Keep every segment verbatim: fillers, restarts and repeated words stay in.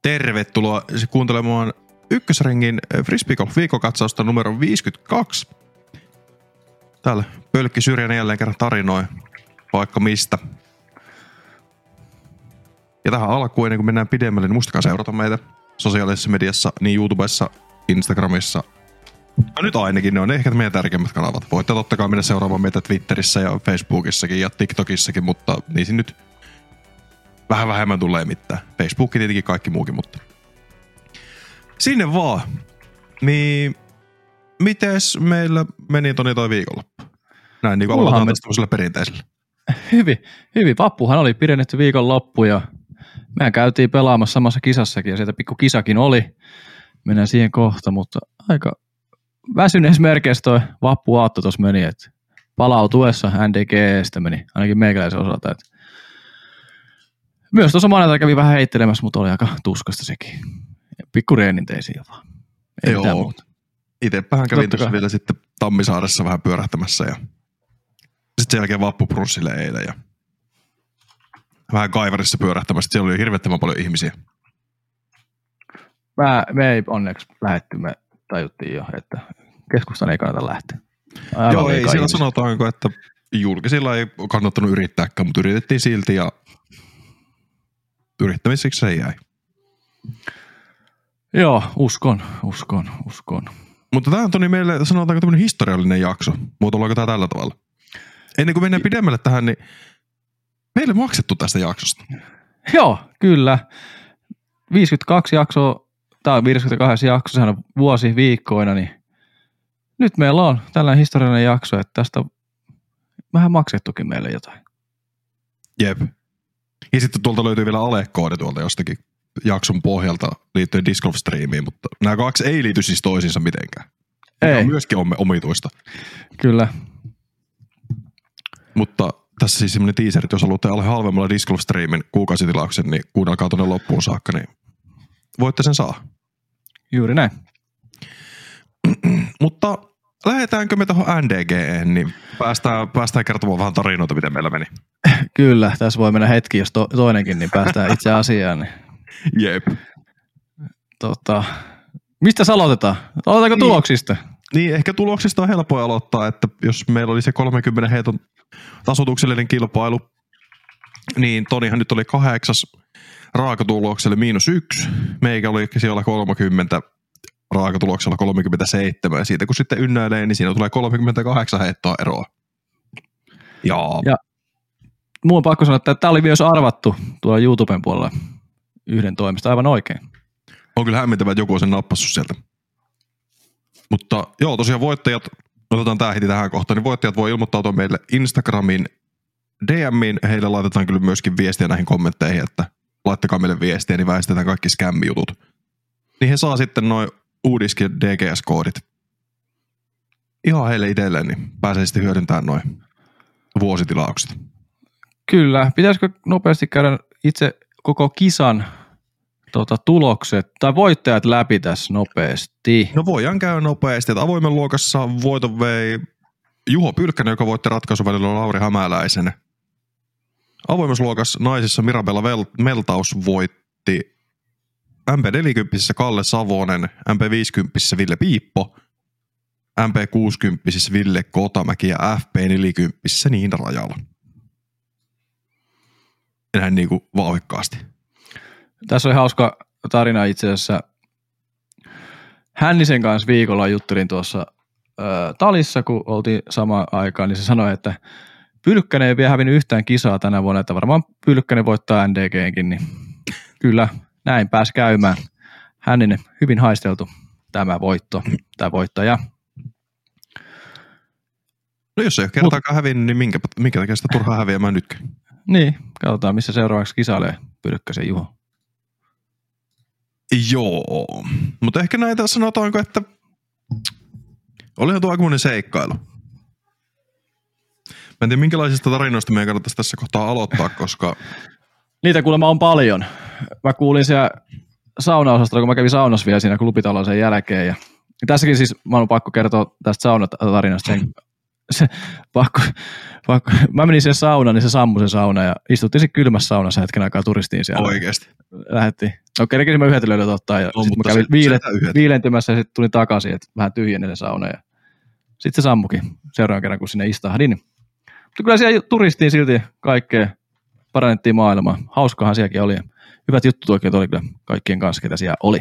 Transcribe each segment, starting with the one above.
Tervetuloa kuuntelemaan Ykkösringin Frisbeegolf viikkokatsausta numero viisikymmentäkaksi. Täällä Pölkki Syrjänen jälleen kerran tarinoi vaikka mistä. Ja tähän alkuun, ennen kuin mennään pidemmälle, niin muistakaa seurata meitä sosiaalisessa mediassa, niin YouTubessa, Instagramissa. Ja nyt ainakin ne on ehkä meidän tärkeimmät kanavat. Voitte totta kai mennä seuraamaan meitä Twitterissä ja Facebookissakin ja TikTokissakin, mutta niissä nyt vähän vähemmän tulee mitään. Facebook tietenkin kaikki muukin, mutta sinne vaan. Niin, mites meillä meni Toni toi viikonloppu? Näin niin kuin aloitetaan tästä tämmöisellä perinteisellä. Hyvin, hyvin. Vappuhan oli pidennetty viikonloppu ja mehän käytiin pelaamassa samassa kisassakin ja sieltä pikku kisakin oli. Mennään siihen kohta, mutta aika väsyneessä merkeissä toi vappuaatto tuossa meni, että palautuessa N D G:stä meni, ainakin meikäläisen osalta. Että myös tuossa maanantai kävi vähän heittelemässä, mutta oli aika tuskasta sekin. Pikku reeninteisiä vaan. Ei mitään muuta. Itsepähän kävin tuossa vielä sitten Tammisaaressa vähän pyörähtämässä ja sitten sen jälkeen vappuprunssille eilen ja vähän Kaivarissa pyörähtämässä. Siellä oli hirvettävän paljon ihmisiä. Mä, me ei onneksi lähdetty, me tajuttiin jo, että keskustan ei kannata lähteä. Aivan Joo, ei siellä ihmisiä. Sanotaanko, että julkisilla ei kannattanut yrittääkään, mutta yritettiin silti ja yrittämiseksi se jäi. Joo, uskon, uskon, uskon. Mutta tämä on Toni meille, sanotaanko tämmöinen historiallinen jakso. Muotoillaanko tämä tällä tavalla? Ennen kuin mennään pidemmälle tähän, niin meille maksettu tästä jaksosta. Joo, kyllä. viisikymmentäkaksi jaksoa, tämä on viisikymmentäkahdeksan jakso, sehän on vuosi viikkoina, niin nyt meillä on tällainen historiallinen jakso, että tästä on vähän maksettukin meille jotain. Jep. Ja sitten tuolta löytyy vielä alekoodi tuolta jostakin jakson pohjalta liittyen Disc Golf Streamiin, mutta nämä kaksi ei liity siis toisiinsa mitenkään. Ei. On myöskin omituista. Kyllä. Mutta tässä siis semmoinen teaser, että jos haluatte alle halvemmalla Disc Golf Streamin kuukausitilauksen, niin kuunnelkaa tuonne loppuun saakka, niin voitte sen saa. Juuri näin. Mutta lähdetäänkö me tuohon N D G:hen, niin päästään, päästään kertomaan vähän tarinoita, miten meillä meni. Kyllä, tässä voi mennä hetki, jos to, toinenkin, niin päästään itse asiaan. Niin. Jep. Tota, mistä sä aloitetaan? Aloitetaanko niin. tuloksista? Niin, ehkä tuloksista on helppo aloittaa, että jos meillä oli se kolmenkymmenen heiton tasoituksellinen kilpailu, niin Tonihan nyt oli kahdeksas raakatulokselle miinus yksi. Meikä oli siellä kolmekymmentä raakatuloksella kolmekymmentäseitsemän. Ja siitä kun sitten ynnäilee, niin siinä tulee kolmekymmentäkahdeksan heittoa eroa. Ja, ja mun on pakko sanoa, että tämä oli myös arvattu tuolla YouTuben puolella yhden toimesta aivan oikein. On kyllä hämmentävä, että joku on sen nappassut sieltä. Mutta joo, tosiaan voittajat, otetaan tää heti tähän kohtaan, niin voittajat voi ilmoittautua meille Instagramin D M:iin. Heille laitetaan kyllä myöskin viestiä näihin kommentteihin, että laittakaa meille viestiä, niin väestetään kaikki skämmijutut. Niin he saa sitten noin uudiskin D G S-koodit ihan heille itselleen, niin pääsee sitten hyödyntämään noin vuositilaukset. Kyllä. Pitäisikö nopeasti käydä itse koko kisan tota, tulokset tai voittajat läpi tässä nopeasti? No voidaan käydä nopeasti. Että avoimen luokassa voiton vei Juho Pylkkänen, joka voitti ratkaisuvälillä Lauri Hämäläisen. Avoimessa luokassa naisissa Mirabella Meltaus voitti M P neljäkymmentä Kalle Savonen, M P viisikymmentä Ville Piippo, M P kuusikymmentä Ville Kotamäki ja F P neljäkymmentä Niina Rajala. Näin niin kuin vauhikkaasti. Tässä oli hauska tarina itse asiassa. Hännisen kanssa viikolla juttelin tuossa ö, talissa, kun oltiin samaan aikaan, niin se sanoi, että Pylkkänen ei vielä hävinnyt yhtään kisaa tänä vuonna, että varmaan Pylkkänen voittaa N D G:nkin, niin kyllä näin pääsi käymään. Hänninen hyvin haisteltu tämä voitto, tämä voittaja. No jos ei ole kertaakaan hävinnyt, niin minkä, minkä takia sitä turhaa häviämään nytkään? Niin, katsotaan missä seuraavaksi kisailee Pylkkäsen Juho. Joo, mutta ehkä näitä sanotaanko, että olihan tuo aikamoinen seikkailu. Mä en tiedä, minkälaisista tarinoista meidän kannattaisi tässä kohtaa aloittaa, koska niitä kuulemma on paljon. Mä kuulin siellä saunaosastolla, kun mä kävin saunassa vielä siinä klubitaloon sen jälkeen. Ja tässäkin siis mä oon pakko kertoa tästä saunatarinasta sen, se, pakko, pakko. Mä menin siihen saunaan, niin se sammui se sauna ja istuttiin sitten kylmässä saunassa hetken aikaa turistiin siellä. Oikeesti? Lähdettiin No kerkesin mä yhdet löydöt ottaa ja No, sitten mutta mä kävin se- viile, sitä yhdet. viilentymässä ja sitten tulin takaisin, että vähän tyhjeni se sauna ja sitten se sammukin seuraavan kerran, kun sinne istahdin. Mutta kyllä siellä turistiin silti kaikkea, parannettiin maailmaa. Hauskahan sielläkin oli. Hyvät jutut oikein oli kyllä kaikkien kanssa, ketä siellä oli.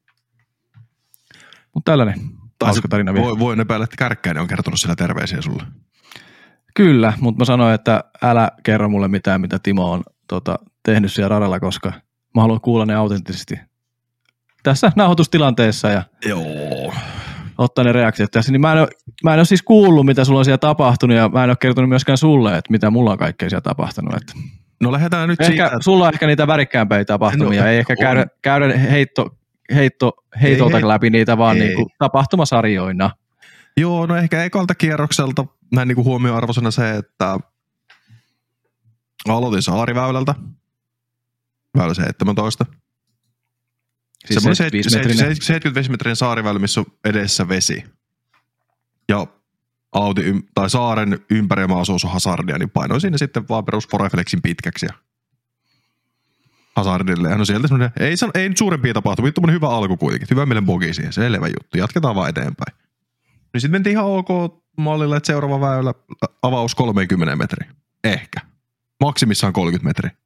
Mutta tällainen Tai hauska tarina vielä. Voi, voi epäillä, että Kärkkäinen on kertonut siellä terveisiä sulle. Kyllä, mutta mä sanoin, että älä kerro mulle mitään, mitä Timo on tota, tehnyt siellä radalla, koska mä haluan kuulla ne autenttisesti tässä nauhoitustilanteessa ja Joo. ottaa ne reaktiot tässä. Niin mä, en ole, mä en ole siis kuullut, mitä sulla on siellä tapahtunut ja mä en ole kertonut myöskään sulle, että mitä mulla on kaikkea siellä tapahtunut. Että No lähdetään nyt ehkä, siitä. sulla on ehkä niitä värikkäämpiä tapahtumia, No, ei ehkä on. käydä, käydä heitto, heitto, heitolta Ei, ei. läpi niitä, vaan Ei. niin kuin tapahtumasarjoina. Joo, no ehkä ekalta kierrokselta näin niin kuin huomioarvoisena se, että aloitin Saariväylältä, väylä seitsemäntoista. Siis Semmoinen seitsemänkymmentäviisi metrinen. seitsemänkymmentäviisi metrinen saariväylä, missä on edessä vesi. Ja aloitin ym- tai saaren ympäri maasuus on hazardia, niin painoin sinne sitten vaan perus Foreflexin pitkäksi ja hazardille. Ja no sieltä semmoinen, ei, san- ei nyt suurempia tapahtumia, tuommoinen hyvä alku kuitenkin. Hyvä mielen bogi siihen, selvä juttu. Jatketaan vaan eteenpäin. Niin sitten mentiin ihan ok mallille, että seuraava väylä avaus kolmekymmentä metriä. Ehkä. Maksimissaan kolmekymmentä metriä.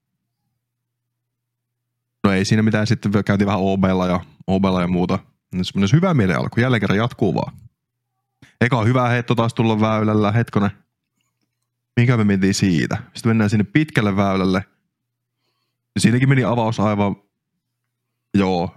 No ei siinä mitään, sitten käytiin vähän O B:lla ja, O B:lla ja muuta. Semmoinen hyvä mielen alku, jälleen kerran jatkuu vaan. Eka on hyvä heitto taas tulla väylällä, hetkonen. Mikä me mentiin siitä? Sitten mennään sinne pitkälle väylälle. Siinäkin meni avaus aivan, joo.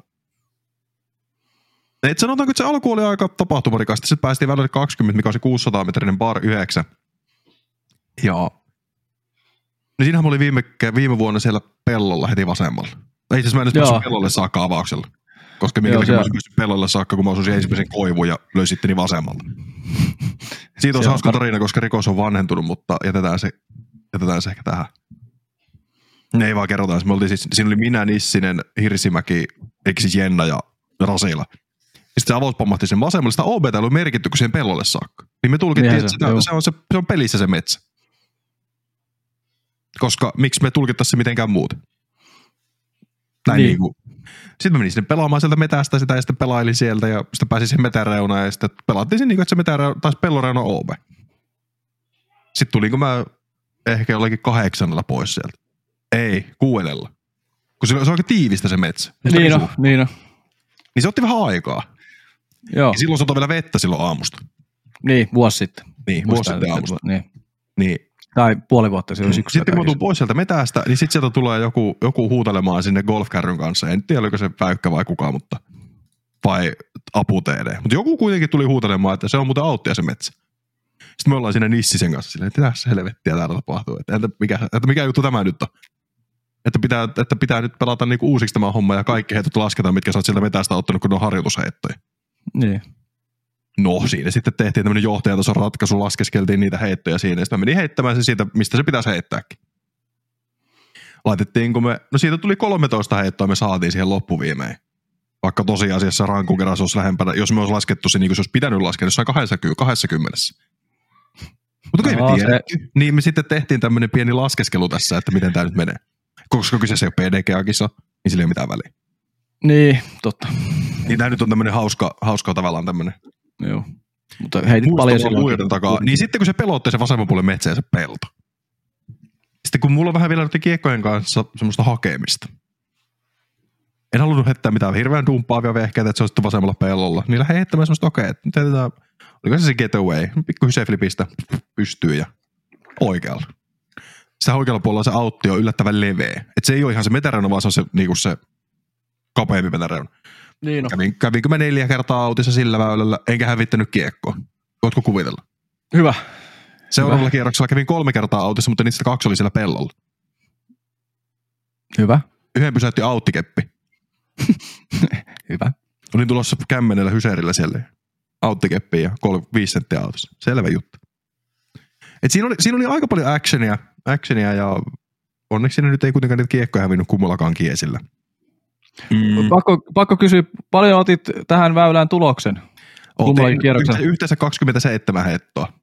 Et sanotaanko, että se alku oli aika tapahtumarikasta. Sitten päästiin väylälle kaksikymmentä, mikä on se kuusisataa metrinen bar yhdeksän. Ja niin siinähän mä olin viime, viime vuonna siellä pellolla heti vasemmalla. Ei siis mä en nyt päässyt pellolle saakka avauksella. Koska minkä takia mä olisin päässyt pellolle saakka, kun mä osuisin ensimmäisen koivun ja löysin itteni vasemmalla. Siitä on hauska tarina, koska rikos on vanhentunut, mutta jätetään se, jätetään se ehkä tähän. Ne ei vaan kerrotaan. Me oltiin siis, siinä oli minä, Nissinen, Hirsimäki, eikö siis Jenna ja Rasila. Sitten se avaus pammahti sen vasemmalle. Sitä O B:tä ei ollut merkitty kuin siihen pellolle saakka. Niin me tulkittiin, että sitä, se, on se, se on pelissä se metsä. Koska miksi me tulkittaisiin se mitenkään muuta? Näin niin. Niin kuin. Sitten mä menin sinne pelaamaan sieltä metästä sitä ja sitten pelailin sieltä ja sitten pääsin siihen metäreunaan ja sitten pelattiin sen niin kuin, että se metäreuna, taisi pelloreuna O B. Sitten tulinko mä ehkä jollakin kahdeksannella pois sieltä. Ei, kuudella. Kun se on aika tiivistä se metsä. Niin on, niin on. Niin se otti vähän aikaa. Joo. Ja silloin se otti vielä vettä silloin aamusta. Niin, vuosi sitten. Niin, vuosi sitten aamusta. Niin. Niin. Tai puoli vuotta, se oli syksyllä. Sitten kun mä tuun pois sieltä metästä, niin sitten sieltä tulee joku, joku huutelemaan sinne golfkärryn kanssa. En tiedä, oliko se Väykkä vai kukaan, mutta vai aputeede. Mutta joku kuitenkin tuli huutelemaan, että se on muuten auttia se metsä. Sitten me ollaan siinä Nissisen kanssa silleen, että tässä helvettiä täällä tapahtuu. Että, että, mikä, että mikä juttu tämä nyt on? Että pitää, että pitää nyt pelata niinku uusiksi tämä homma ja kaikki heitot lasketaan, mitkä sä oot sieltä metästä ottanut, kun ne on harjoitusheittoja. Niin. No siinä sitten tehtiin tämmöinen johtajatason ratkaisu, laskeskeltiin niitä heittoja siinä. Ja sitten mä menin heittämään se siitä, mistä se pitäisi heittääkin. Laitettiin, kun me, no siitä tuli kolmetoista heittoa, me saatiin siihen loppuviimein. Vaikka tosiasiassa rankun kerran se olisi lähempänä, jos me olisi laskettu se niin kuin se olisi pitänyt laskea, jossain kaksikymmentä. Mutta kun no, ei me tiedä, se... niin me sitten tehtiin tämmöinen pieni laskeskelu tässä, että miten tämä nyt menee. Koska kyseessä ei ole P D G A-kisa, niin sillä ei ole mitään väliä. Niin, totta. Niin tämä nyt on tämmöinen hauska, hauska tavallaan tämmöinen. Joo. Mutta heitit paljon silloin. Takaa. Niin sitten kun se pelotti se vasemman puolen metsä ja se pelto. Sitten kun mulla on vähän vielä kiekkojen kanssa semmoista hakemista. En halunnut heittää mitään hirveän dumppaavia vehkeitä, että se on sitten vasemmalla pellolla. Niin lähdin heittämään semmoista, okei, että nyt heitetään, oliko se se getaway, pikku hyseflipistä pystyy ja oikealla. Sitä oikealla puolella se autti on yllättävän leveä. Että se ei ole ihan se metäreuna, vaan se on se, niinku se kapeampi metäreuna. Niin no. Kävin, kävinkö mä neljä kertaa autissa sillä väylällä, enkä hävittänyt kiekkoa. Voitko kuvitella? Hyvä. Seuraavalla Hyvä. kierroksella kävin kolme kertaa autissa, mutta niistä kaksi oli siellä pellolla. Hyvä. Yhden pysäytti auttikeppi. Hyvä. Olin tulossa kämmenellä hyserillä siellä. Auttikeppi ja kolme, viisi senttiä autossa. Selvä juttu. Et siinä, oli, siinä oli aika paljon actionia, actionia ja onneksi siinä nyt ei kuitenkaan niitä kiekkoja hävinnyt kummallakaan kiesillä. Mm. Pakko, pakko kysyä, paljon otit tähän väylään tuloksen? Otin yhteensä, yhteensä kaksikymmentäseitsemän heittoa.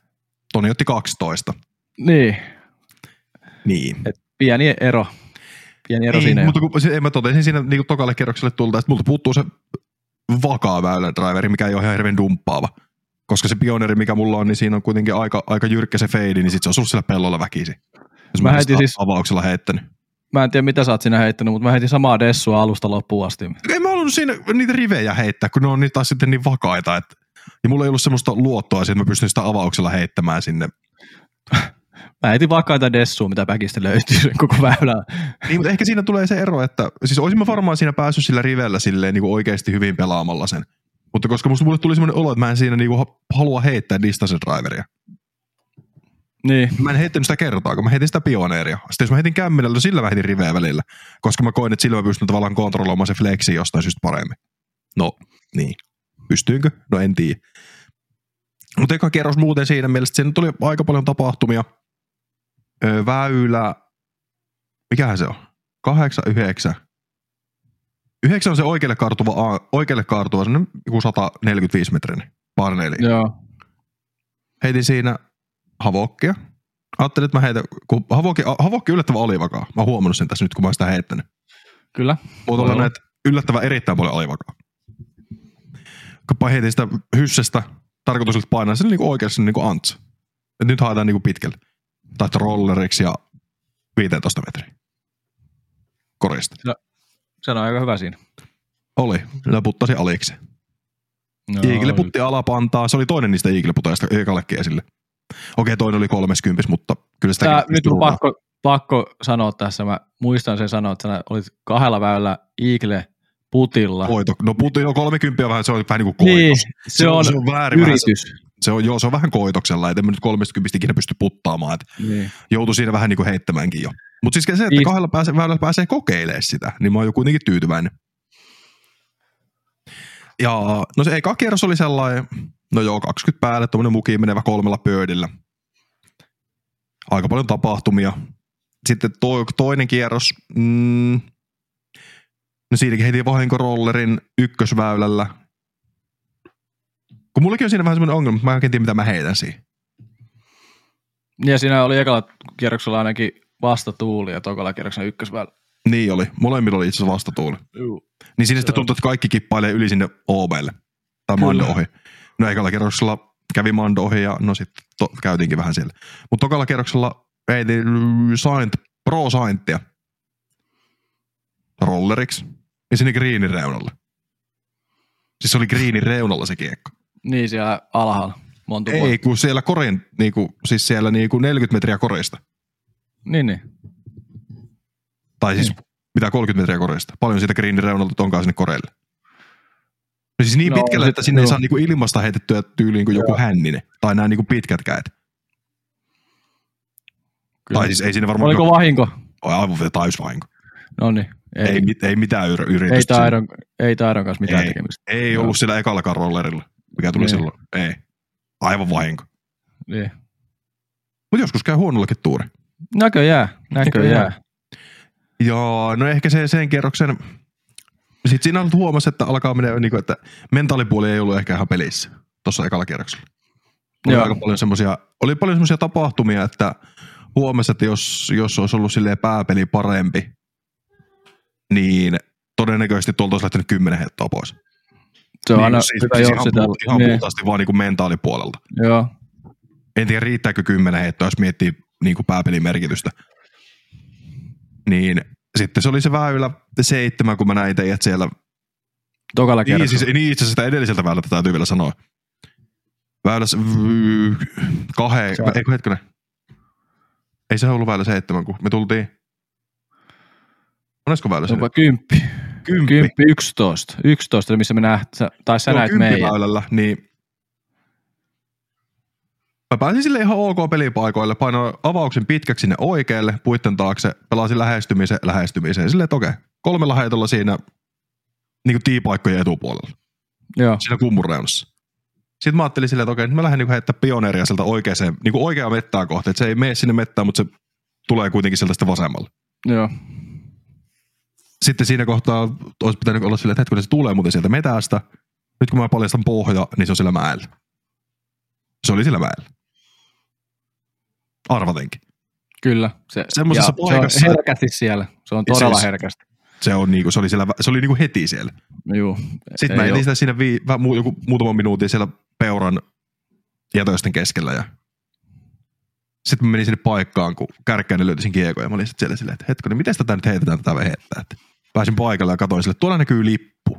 Toni otti kaksitoista. Niin. Niin. Et pieni ero. pieni ero niin, siinä. Mutta kun, en mä totesin siinä niin tokalle kerrokselle tulta, että multa puuttuu se vakaa väylän-driveri, mikä ei ole ihan hirveän dumppaava. Koska se Pioneeri, mikä mulla on, niin siinä on kuitenkin aika, aika jyrkkä se feidi, niin sit se on sulla siellä pellolla väkisin. Jos mä, mä heitin siis avauksella heittänyt. Mä en tiedä, mitä sä oot siinä heittänyt, mutta mä heitin samaa dessua alusta loppuun asti. Ei mä halunnut siinä niitä rivejä heittää, kun ne on niitä taas sitten niin vakaita. Että... Ja mulla ei ollut semmoista luottoa siihen, että mä pystyn sitä avauksella heittämään sinne. Mä heitin vakaita dessua, mitä päkistä löytyy koko väylää. Niin, mutta ehkä siinä tulee se ero, että siis olisin mä varmaan siinä päässyt sillä rivellä silleen niin kuin oikeasti hyvin pelaamalla sen. Mutta koska musta mulle tuli semmoinen olo, että mä en siinä niin kuin halua heittää distance driveria. Niin. Mä en heittänyt sitä kertaa, kun mä heitin sitä Pioneeria. Sitten jos mä heitin kämmenellä, niin sillä mä heitin riveä välillä. Koska mä koin, että sillä mä pystyn tavallaan kontrolloimaan se flexi jostain syystä paremmin. No, niin. Pystyinkö? No en tiedä. Mutta eka kerros muuten siinä mielessä, siinä tuli aika paljon tapahtumia. Öö, väylä, mikähän se on? Kahdeksan, yhdeksän. Yhdeksän on se oikealle kaartuva, oikealle kaartuva, semmoinen joku sata neljäkymmentäviisi metrinen parneeli. Joo. Heitin siinä havokkia. Ajattelin, että mä heitän, kun havokki, havokki yllättävän alivakaa. Mä oon huomannut sen tässä nyt, kun mä oon sitä heittänyt. Kyllä. Mutta ollaan näet yllättävän erittäin paljon alivakaa. Kun heitin sitä hyssestä, tarkoitus oli painaa sen niin oikeassa niin kuin antsa. Et nyt haetaan niin kuin pitkälle. Tai rolleriksi ja viisitoista metriä. Korista. No, se on aika hyvä siinä. Oli. Sillä puttasi aliksi. No, Iikille putti alapantaa. Se oli toinen niistä iikille-putajista ekallekin esille. Okei, toinen oli kolmekymmentä, mutta kyllä sitä... Tää, nyt on pakko, pakko sanoa tässä. Mä muistan sen sanoa, että sä olit kahdella väylällä iikille putilla. Voito. No puti on kolmekymmentä vähän, se on vähän niin kuin koitos. Niin, se, se on, se on väärin yritys. Vähän, se on, joo, se on vähän koitoksella, että en mä nyt kolmekymmentä ikinä pysty puttaamaan. Niin. Joutui siinä vähän niin kuin heittämäänkin jo. Mutta siis se, että kahdella pääsee, väylällä pääsee kokeilemaan sitä, niin mä oon jo kuitenkin tyytyväinen. Ja no se eka kierros oli sellainen, no joo, kaksikymmentä päälle, tuommoinen mukiin menevä kolmella pöydillä. Aika paljon tapahtumia. Sitten to, toinen kierros, mm, no siinäkin heitin vahinkorollerin ykkösväylällä. Kun mullakin on siinä vähän semmoinen ongelma, mä en oikein tiedä, mitä mä heitän siihen. Ja siinä oli ekalla kierroksella ainakin vastatuuli ja tokalla kierroksella ykkösväylä. Niin oli. Molemmilla oli itse asiassa vastatuuli. Juu. Niin siinä sitten tuntui, että kaikki kippailee yli sinne O B:lle. Tai Mando ohi. No ekalla kierroksella kävi Mando ohi ja no sitten to, käytiinkin vähän siellä. Mutta tokalla kierroksella heitin Saint, Pro Saintia rolleriksi ja sinne greenin reunalle. Siis se oli greenin reunalla se kiekko. Niin siellä alhaalla. Monta Ei, kun siellä korin, niinku, siis siellä niinku neljäkymmentä metriä korista. Niin, niin. Tai siis niin. Mitä kolmekymmentä metriä korista. Paljon siitä greenin reunalta tonkaan sinne koreille. No siis niin no, pitkälle, että sinne no. ei saa niinku ilmasta heitettyä tyyliin kuin joku hänninen. Tai nämä niinku pitkät käet. Kyllä. Tai siis ei sinne varmaan... Oliko joku... vahinko? Aivan täysvahinko. No niin. Ei, ei, ei mitään yritystä. Ei Taidon, ei taidon kanssa mitään ei, tekemistä. Ei no. ollut sillä ekallakaan rollerilla, mikä tuli niin. silloin. Ei. Aivan vahinko. Niin. Mutta joskus käy huonollakin tuuri. Näköjään, näköjään. Ja no ehkä se sen kerroksen, sitten siinä huomasi, että alkaa mennä, niin kuin, että mentaalipuoli ei ollut ehkä ihan pelissä tuossa ekalla kierroksella. Oli aika paljon semmosia, oli paljon semmoisia tapahtumia, että huomasi, että jos, jos olisi ollut silleen pääpeli parempi, niin todennäköisesti tuolta olisi lähtenyt kymmenen heittoa pois. Se on niin, aina siis, hyvä siis jos sitä. Ihan, ihan niin. puhtaasti vaan niin kuin mentaalipuolelta. Joo. En tiedä riittääkö kymmenen heittoa, jos miettii niin kuin pääpelin merkitystä. Niin sitten se oli se väylä seitsemän, kun mä näin teidät siellä. Tokalla niin, siis, niin itse asiassa sitä edelliseltä väylältä täytyy vielä sanoa. Väylässä kahden, eikö hetkinen? Ei se ollut väylä seitsemän, kun me tultiin. Monesko väylä se? Onpa kymppi. Kymppi. Kymppi, yksitoista. Yksitoista, missä me nähtiin, tai sä no, näit meidän. Kymppiväylällä, niin mä pääsin sille ihan ok pelipaikoille, painoin avauksen pitkäksi sinne oikealle, puitten taakse, pelasin lähestymisen, lähestymiseen. Silleen, että okei, kolmella heitolla siinä niin kuin tiipaikkojen etupuolella. Joo. Siinä kummun reunassa. Sitten mä ajattelin silleen, että okei, nyt mä lähden niin heittää pioneeria sieltä oikeaan, niin kuin oikeaan mettään kohti. Että se ei mene sinne mettään, mutta se tulee kuitenkin sieltä sitten vasemmalle. Joo. Sitten siinä kohtaa olisi pitänyt olla silleen, että hetkinen se tulee muuten sieltä metästä. Nyt kun mä paljastan pohja, niin se on siellä mäellä. Se oli siellä mäellä. Arvatenkin. Kyllä. Se, Semmoisessa paikassa. Se on herkästi siellä. Se on todella se, herkästi. Se, on niinku, se oli, siellä, se oli niinku heti siellä. Juu. Sitten mä elin sitä siinä vii, mu, joku, muutaman minuutin siellä peuran jätöisten keskellä. Ja sitten mä menin sinne paikkaan, kun kärkkäinen löytäisin kiekoja. Mä olin sitten siellä silleen, että hetkonen, miten tätä nyt heitetään tätä vehettä? Että pääsin paikalle ja katsoin sille, että tuolla näkyy lippu.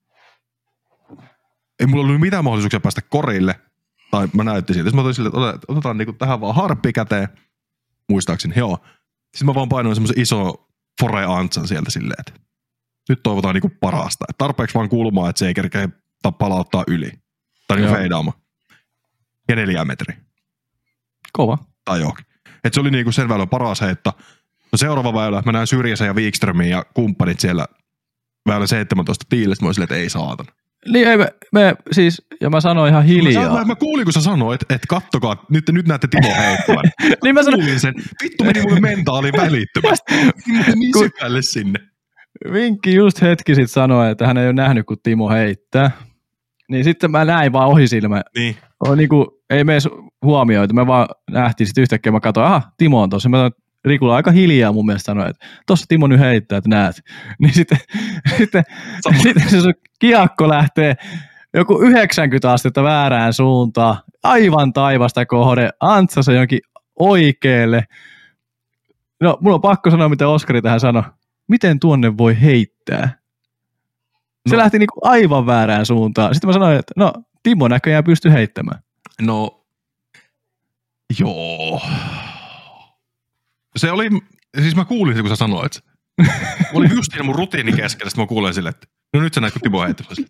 Ei mulla ollut mitään mahdollisuuksia päästä korille. Tai mä näyttin siitä. Sitten mä otin sille, että otetaan niinku tähän vaan harppi käteen. Muistaakseni, joo. Sitten mä vaan painoin semmoisen iso fore-antsan sieltä silleen, että nyt toivotaan niinku parasta. Et tarpeeksi vaan kulmaa, että se ei kerkeä palauttaa yli. Tai niinku feidaamaan. Ja neljä metriä. Kova. Tai johonkin. Että se oli niinku sen väylän paras heitto. No seuraava väylä, mä näen Syrjäsen ja Wikströmin ja kumppanit siellä väylä seitsemäntoista tiilistä. Mä olin silleen, että ei saatana. Niin ei me, me siis, ja mä sanoin ihan hiljaa. Mä, mä, mä kuulin, kun sä sanoit, että et kattokaa, nyt, nyt näette Timo heittävän. Niin mä sanoin. Sen, vittu meni mun mentaaliin välittömästi. Niin syvälle sinne. Vinkki just hetki sitten sanoi, että hän ei ole nähnyt, kun Timo heittää. Niin sitten mä näin vaan ohisilmä. Niin. On niinku, ei me edes huomioita, me vaan nähtiin sitten yhtäkkiä, mä katsoin, aha, Timo on tossa. Mä sanoin, Rikula aika hiljaa mun mielestä sanoi, että tossa Timo nyt heittää, että näet. Niin sitten, sitten, sitten se sun kiekko lähtee joku yhdeksänkymmentä astetta väärään suuntaan, aivan taivasta kohde, Antsa se jonkin oikealle. No, mulla on pakko sanoa, mitä Oskari tähän sanoi. Miten tuonne voi heittää? Se no. lähti niinku aivan väärään suuntaan. Sitten mä sanoin, että no, Timo näköjään pystyy heittämään. No, joo. Se oli, siis mä kuulin sen, kun sä sanoit. Oli just siinä mun rutiini keskellä, sitten mä kuulen silleen, että no nyt sä näet, kun Timo heittämässä.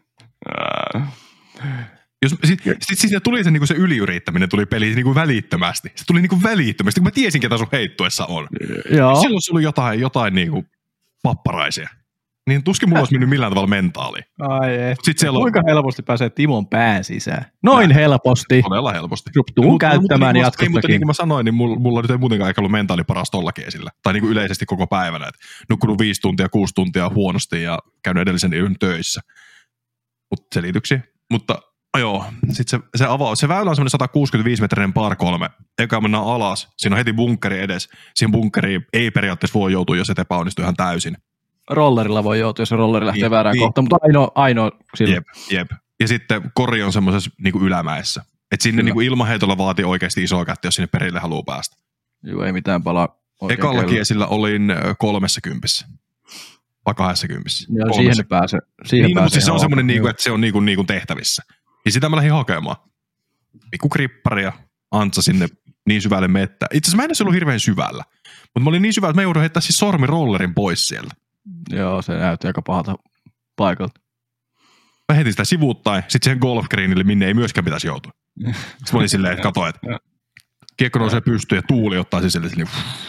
Jos, sit, sit, sit tuli se, niinku se yliyrittäminen tuli peliin niinku välittömästi. Se tuli niinku välittömästi, kun mä tiesin, ketä sun heittuessa on. Joo. Silloin se oli jotain, jotain niinku papparaisia. Niin tuskin mulla olisi mennyt millään tavalla mentaaliin. Ai ei. Kuinka on... helposti pääsee Timon pään sisään? Noin Näin. helposti. Todella helposti. Tuun käyttämään mutta, jatkossakin. Ei, mutta niin kuin mä sanoin, niin mulla, mulla nyt ei muutenkaan ehkä ollut mentaali paras tollakin esillä. Tai niin kuin yleisesti koko päivänä. Et nukkunut viisi tuntia, kuusi tuntia huonosti ja käynyt edellisen yön töissä. Mutta selityksiä. Mutta joo, sitten se, se avaus. Se väylä on semmoinen sata kuusikymmentäviisi metrinen par kolme. Eka mennään alas. Siinä on heti bunkkeri edes. Siihen bunkkeriin ei periaatteessa voi joutua, jos et epäonnistu ihan täysin. Rollerilla voi joutua, jos rolleri lähtee jep, väärään niin. kohtaan, mutta ainoa, ainoa silloin. Jep, jep. Ja sitten kori on semmoisessa niinku ylämäessä. Että sinne niinku ilmaheitolla vaatii oikeasti isoa kättä, jos sinne perille haluaa päästä. Joo, ei mitään palaa. Ekalla kiesillä olin kolmessa kympissä. Vai kahdessa kympissä. Joo, siihen pääsee. Siihen niin, pääsee mutta siis se on semmoinen, niinku, että se on niinku, niinku tehtävissä. Ja sitä mä lähdin hakemaan. Pikku krippari ja Antsa sinne niin syvälle mettään. Itse asiassa mä en edes ollut hirveän syvällä. Mutta mä olin niin syvällä, että mä joudun heittää siis sormirollerin pois sieltä. Joo, se näytti aika pahalta paikalta. Mä heitin sitä sivuuttain, sit siihen golf greenille, minne ei myöskään pitäisi joutua. Sitten mä olin silleen, että kato, että kiekko nousee pystyyn ja tuuli ottaa siis silleen,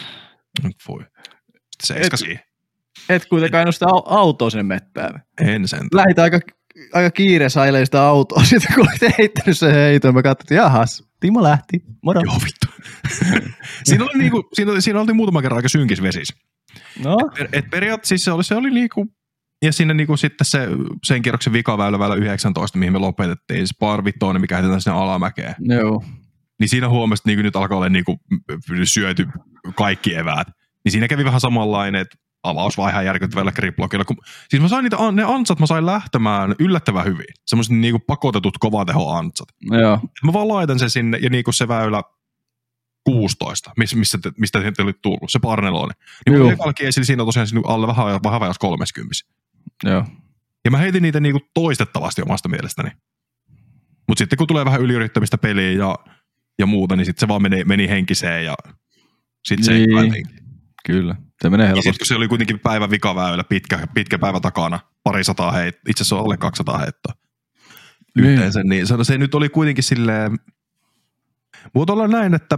niin voi. Sitten se eiska siihen. Et kuitenkaan nosta autoa sinne mettään. En sen. Lähit aika, aika kiireessä ajelemaan sitä autoa, sitten kun olit heittänyt sen heiton, mä katsoin, että jahas, Timo lähti, moro. Joo vittu. siinä, oli niinku, siinä, siinä oltiin muutama kerran aika synkis vesis. No? Et, et periaatteessa siis se oli, se oli niinku, ja sinne niinku sitten se, sen kierroksen vikaväylä väylä yhdeksäntoista, mihin me lopetettiin, se par vitoinen, mikä heitetään sinne alamäkeen. Joo. Niin siinä huomasi, että niinku nyt alkaa olla niinku syöty kaikki eväät. Niin siinä kävi vähän samanlainen, että avaus vaan ihan järkyttävällä grip-blockilla. Siis mä sain niitä, ne ansat mä sain lähtemään yllättävän hyvin. Semmoiset niinku pakotetut kovateho ansat. Joo. Mä vaan laitan sen sinne ja niinku se väylä kuusitoista, missä, missä te, mistä te oli tullut, se parneloinen. Niin mun ekalla kiesillä siinä on tosiaan alle vähän, vähän vajaus kolmekymmentä. Joo. Ja mä heitin niitä niinku toistettavasti omasta mielestäni. Mut sitten kun tulee vähän yliyrittämistä peliä ja, ja muuta, niin sitten se vaan meni, meni henkiseen ja sitten se niin. ei Kyllä, se menee helposti. Ja sitten kun se oli kuitenkin päivän vikaväylä, pitkä, pitkä päivä takana, pari sataa heittoa, itse asiassa on alle kaksisataa heittoa yhteensä, niin, niin se, se nyt oli kuitenkin silleen, mutta ollaan näin, että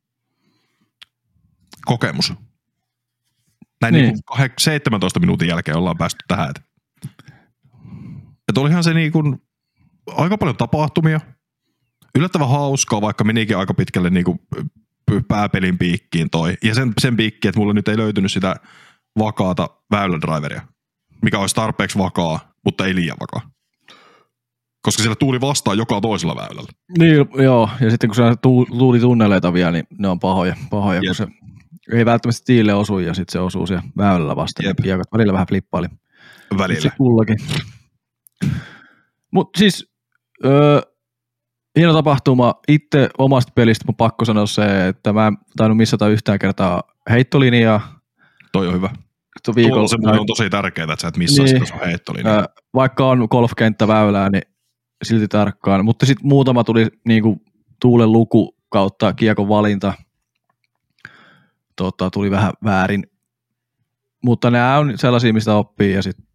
kokemus. Näin niin. Niin kuin seitsemäntoista minuutin jälkeen ollaan päästy tähän. Että, että olihan se niin kuin aika paljon tapahtumia. Yllättävän hauskaa, vaikka menikin aika pitkälle niin kuin pääpelin piikkiin toi. Ja sen, sen piikki, että mulla nyt ei löytynyt sitä vakaata väylädriveria, mikä olisi tarpeeksi vakaa, mutta ei liian vakaa. Koska siellä tuuli vastaan joka toisella väylällä. Niin, joo. Ja sitten kun se tuuli tunneleita vielä, niin ne on pahoja. pahoja jep, kun se... ei välttämättä tiille osu ja sitten se osuu siellä väylällä vasta. Jep. Kiekot välillä vähän flippaili. Välillä. Se kullakin. Mutta siis öö, hieno tapahtuma. Itse omasta pelistä mun pakko sanoa se, että mä en tainnut missata yhtään kertaa heittolinjaa. Toi on hyvä. Viikolla, se on tosi tärkeää, että sä et missaa niin, sitä sun heittolinjaa. Öö, vaikka on golfkenttäväylää, niin silti tarkkaan. Mutta sitten muutama tuli niinku tuulen luku kautta kiekon valinta. Tota, tuli vähän väärin. Mutta nämä on sellaisia, mistä oppii ja sitten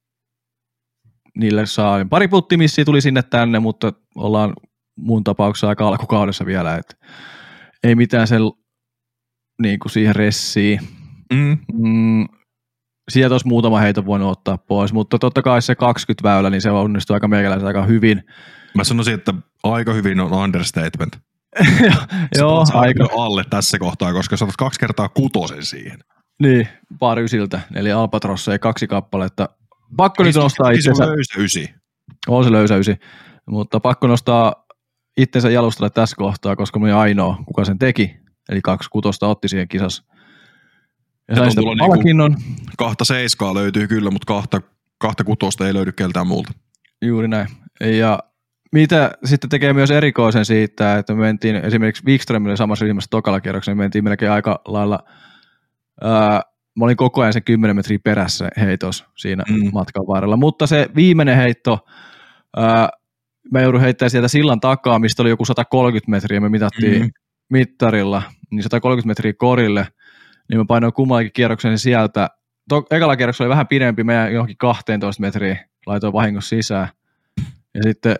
niille saa. Pari puttimissiä tuli sinne tänne, mutta ollaan mun tapauksessa aika alkukaudessa vielä. Et ei mitään sen niin kuin siihen ressiin. Mm. Mm, sieltä olisi muutama heito voinut ottaa pois, mutta totta kai se kaksikymmentä väylä, niin se onnistui aika meikäläisen aika hyvin. Mä sanoisin, että aika hyvin on understatement. Joo, aika alle tässä kohtaa, koska sä otat kaksi kertaa kutosen siihen. Niin, pari ysiltä, eli Albatrosseja kaksi kappaletta. Pakko nyt nostaa itsensä. Se on löysä ysi. On se löysä ysi, mutta pakko nostaa itsensä jalustalle tässä kohtaa, koska mä olin ainoa, kuka sen teki. Eli kaksi kutosta otti siihen kisassa. Ja sain sitä palkinnon. Niinku kahta seiskaa löytyy kyllä, mutta kahta, kahta kutosta ei löydy keltään muulta. Juuri näin. Ja mitä sitten tekee myös erikoisen siitä, että me mentiin esimerkiksi Wikströmille samassa ryhmässä tokalla kierroksella, me mentiin melkein aika lailla, ää, mä olin koko ajan se kymmenen metriä perässä heitos siinä mm. matkan varrella, mutta se viimeinen heitto, ää, mä joudun heittämään sieltä sillan takaa, mistä oli joku sata kolmekymmentä metriä, me mitattiin mm. mittarilla, niin sata kolmekymmentä metriä korille, niin mä painoin kummallakin kierrokseni sieltä, to- ekalla kierroksella oli vähän pidempi, meidän johonkin kaksitoista metriä laitoin vahingossa sisään, ja sitten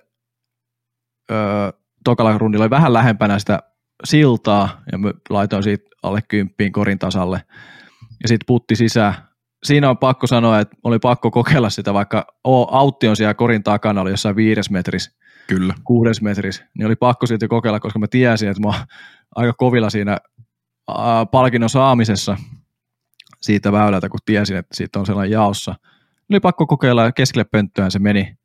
Öö, tokalla rundilla oli vähän lähempänä sitä siltaa ja mä laitoin siitä alle kymppiin korin tasalle ja sitten putti sisään. Siinä on pakko sanoa, että oli pakko kokeilla sitä, vaikka autti on siellä korin takana, oli jossain viides metris, kyllä. kuudes metris, niin oli pakko silti kokeilla, koska mä tiesin, että mä oon aika kovilla siinä ää, palkinnon saamisessa siitä väylältä, kun tiesin, että siitä on sellainen jaossa. Oli pakko kokeilla ja keskelle pönttöön se meni.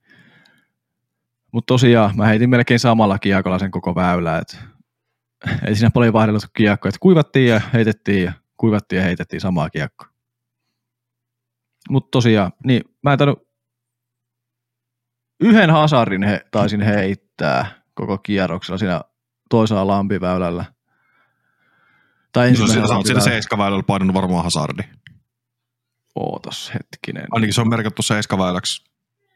Mutta tosiaan mä heitin melkein samalla kiekolla sen koko väylää, et ei siinä paljon vaihdellut kiekkoa, että kuivattiin ja heitettiin ja kuivattiin ja heitettiin samaa kiekkoa. Mutta tosiaan, niin mä en tainnut yhden hasarin he, taisin heittää koko kierroksella siinä toisella lampiväylällä. Tai ensimmäisellä no, siinä seiskaväylällä painanut varmaan hasardi. Ootas hetkinen. Ainakin se on merkattu seiskaväyläksi.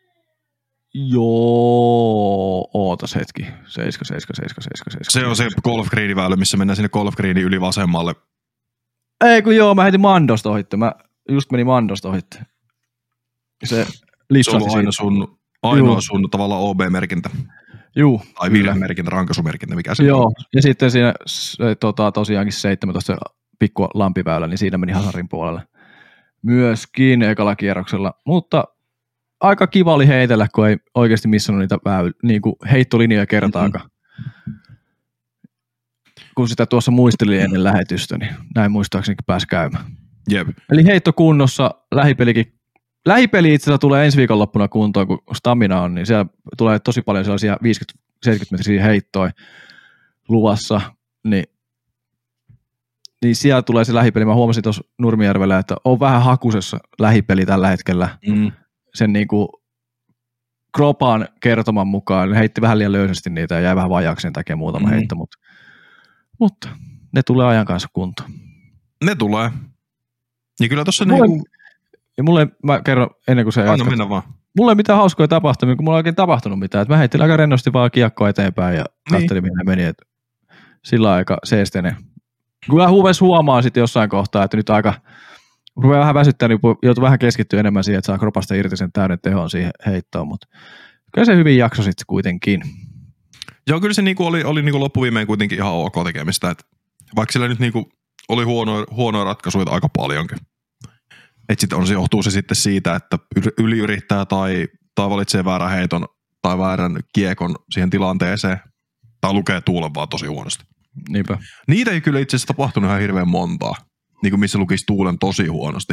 Joo, ootas hetki. Seiska, seiska, seiska, seiska, seiska. Se on se golf greenin väylä, missä mennään sinne golf greenin yli vasemmalle. Ei kun joo, mä heitin Mandosta ohitte. Mä just meni Mandosta ohitte. Se lipsahti se on aina sun, ainoa sun tavallaan O B-merkintä. Juu. Tai virhemerkintä, rankaisumerkintä, mikä se joo. on. Ja sitten siinä se, tota, tosiaankin seitsemäntoista pikku lampiväylä, niin siinä meni hasarin puolelle. Myöskin ekalla kierroksella, mutta aika kiva oli heitellä, kun ei oikeasti missannut niitä väyl, niin kuin heittolinjoja kertaakaan. Mm-hmm. Kun sitä tuossa muistelin ennen lähetystä, niin näin muistaakseni pääsi käymään. Jep. Eli heitto kunnossa, lähipelikin. Lähipeli itse asiassa tulee ensi viikonloppuna kuntoon, kun stamina on, niin siellä tulee tosi paljon sellaisia viisikymmentä seitsemänkymmentä metrisiä heittoja luvassa, niin, niin siellä tulee se lähipeli. Mä huomasin tuossa Nurmijärvellä, että on vähän hakusessa lähipeli tällä hetkellä. Mm. Sen niinku kropan kertoman mukaan, ne heitti vähän liian löysästi niitä ja jäi vähän vajaaksi sen takia muutama mm. heitto, mutta, mutta ne tulee ajan kanssa kuntoon. Ne tulee. Ja kyllä tuossa mulle, niinku... Ja mulle, mä kerron ennen kuin se jatkat. Anna mennä vaan. Mulla ei mitään hauskoja tapahtumia, kun mulla ei oikein tapahtunut mitään. Et mä heittelin aika rennosti vaan kiekkoa eteenpäin ja niin. Katselin, minne meni. Et sillä aika seesteinen. Kyllä huves huomaa sitten jossain kohtaa, että nyt aika rupeaa vähän väsyttää, niin joutuu vähän keskittyä enemmän siihen, että saa kropasta irti sen täyden tehon siihen heittoon, mutta kyllä se hyvin jakso sitten kuitenkin. Joo, kyllä se niinku oli, oli niinku loppuviimeen kuitenkin ihan ok tekemistä, että vaikka sillä nyt niinku oli huonoja, huonoja ratkaisuja aika paljonkin. Että sitten on se, johtuu se sitten siitä, että yliyrittää tai, tai valitsee väärän heiton tai väärän kiekon siihen tilanteeseen tai lukee tuulen vaan tosi huonosti. Niinpä. Niitä ei kyllä itse asiassa tapahtunut ihan hirveän montaa, niin kuin missä lukisi tuulen tosi huonosti.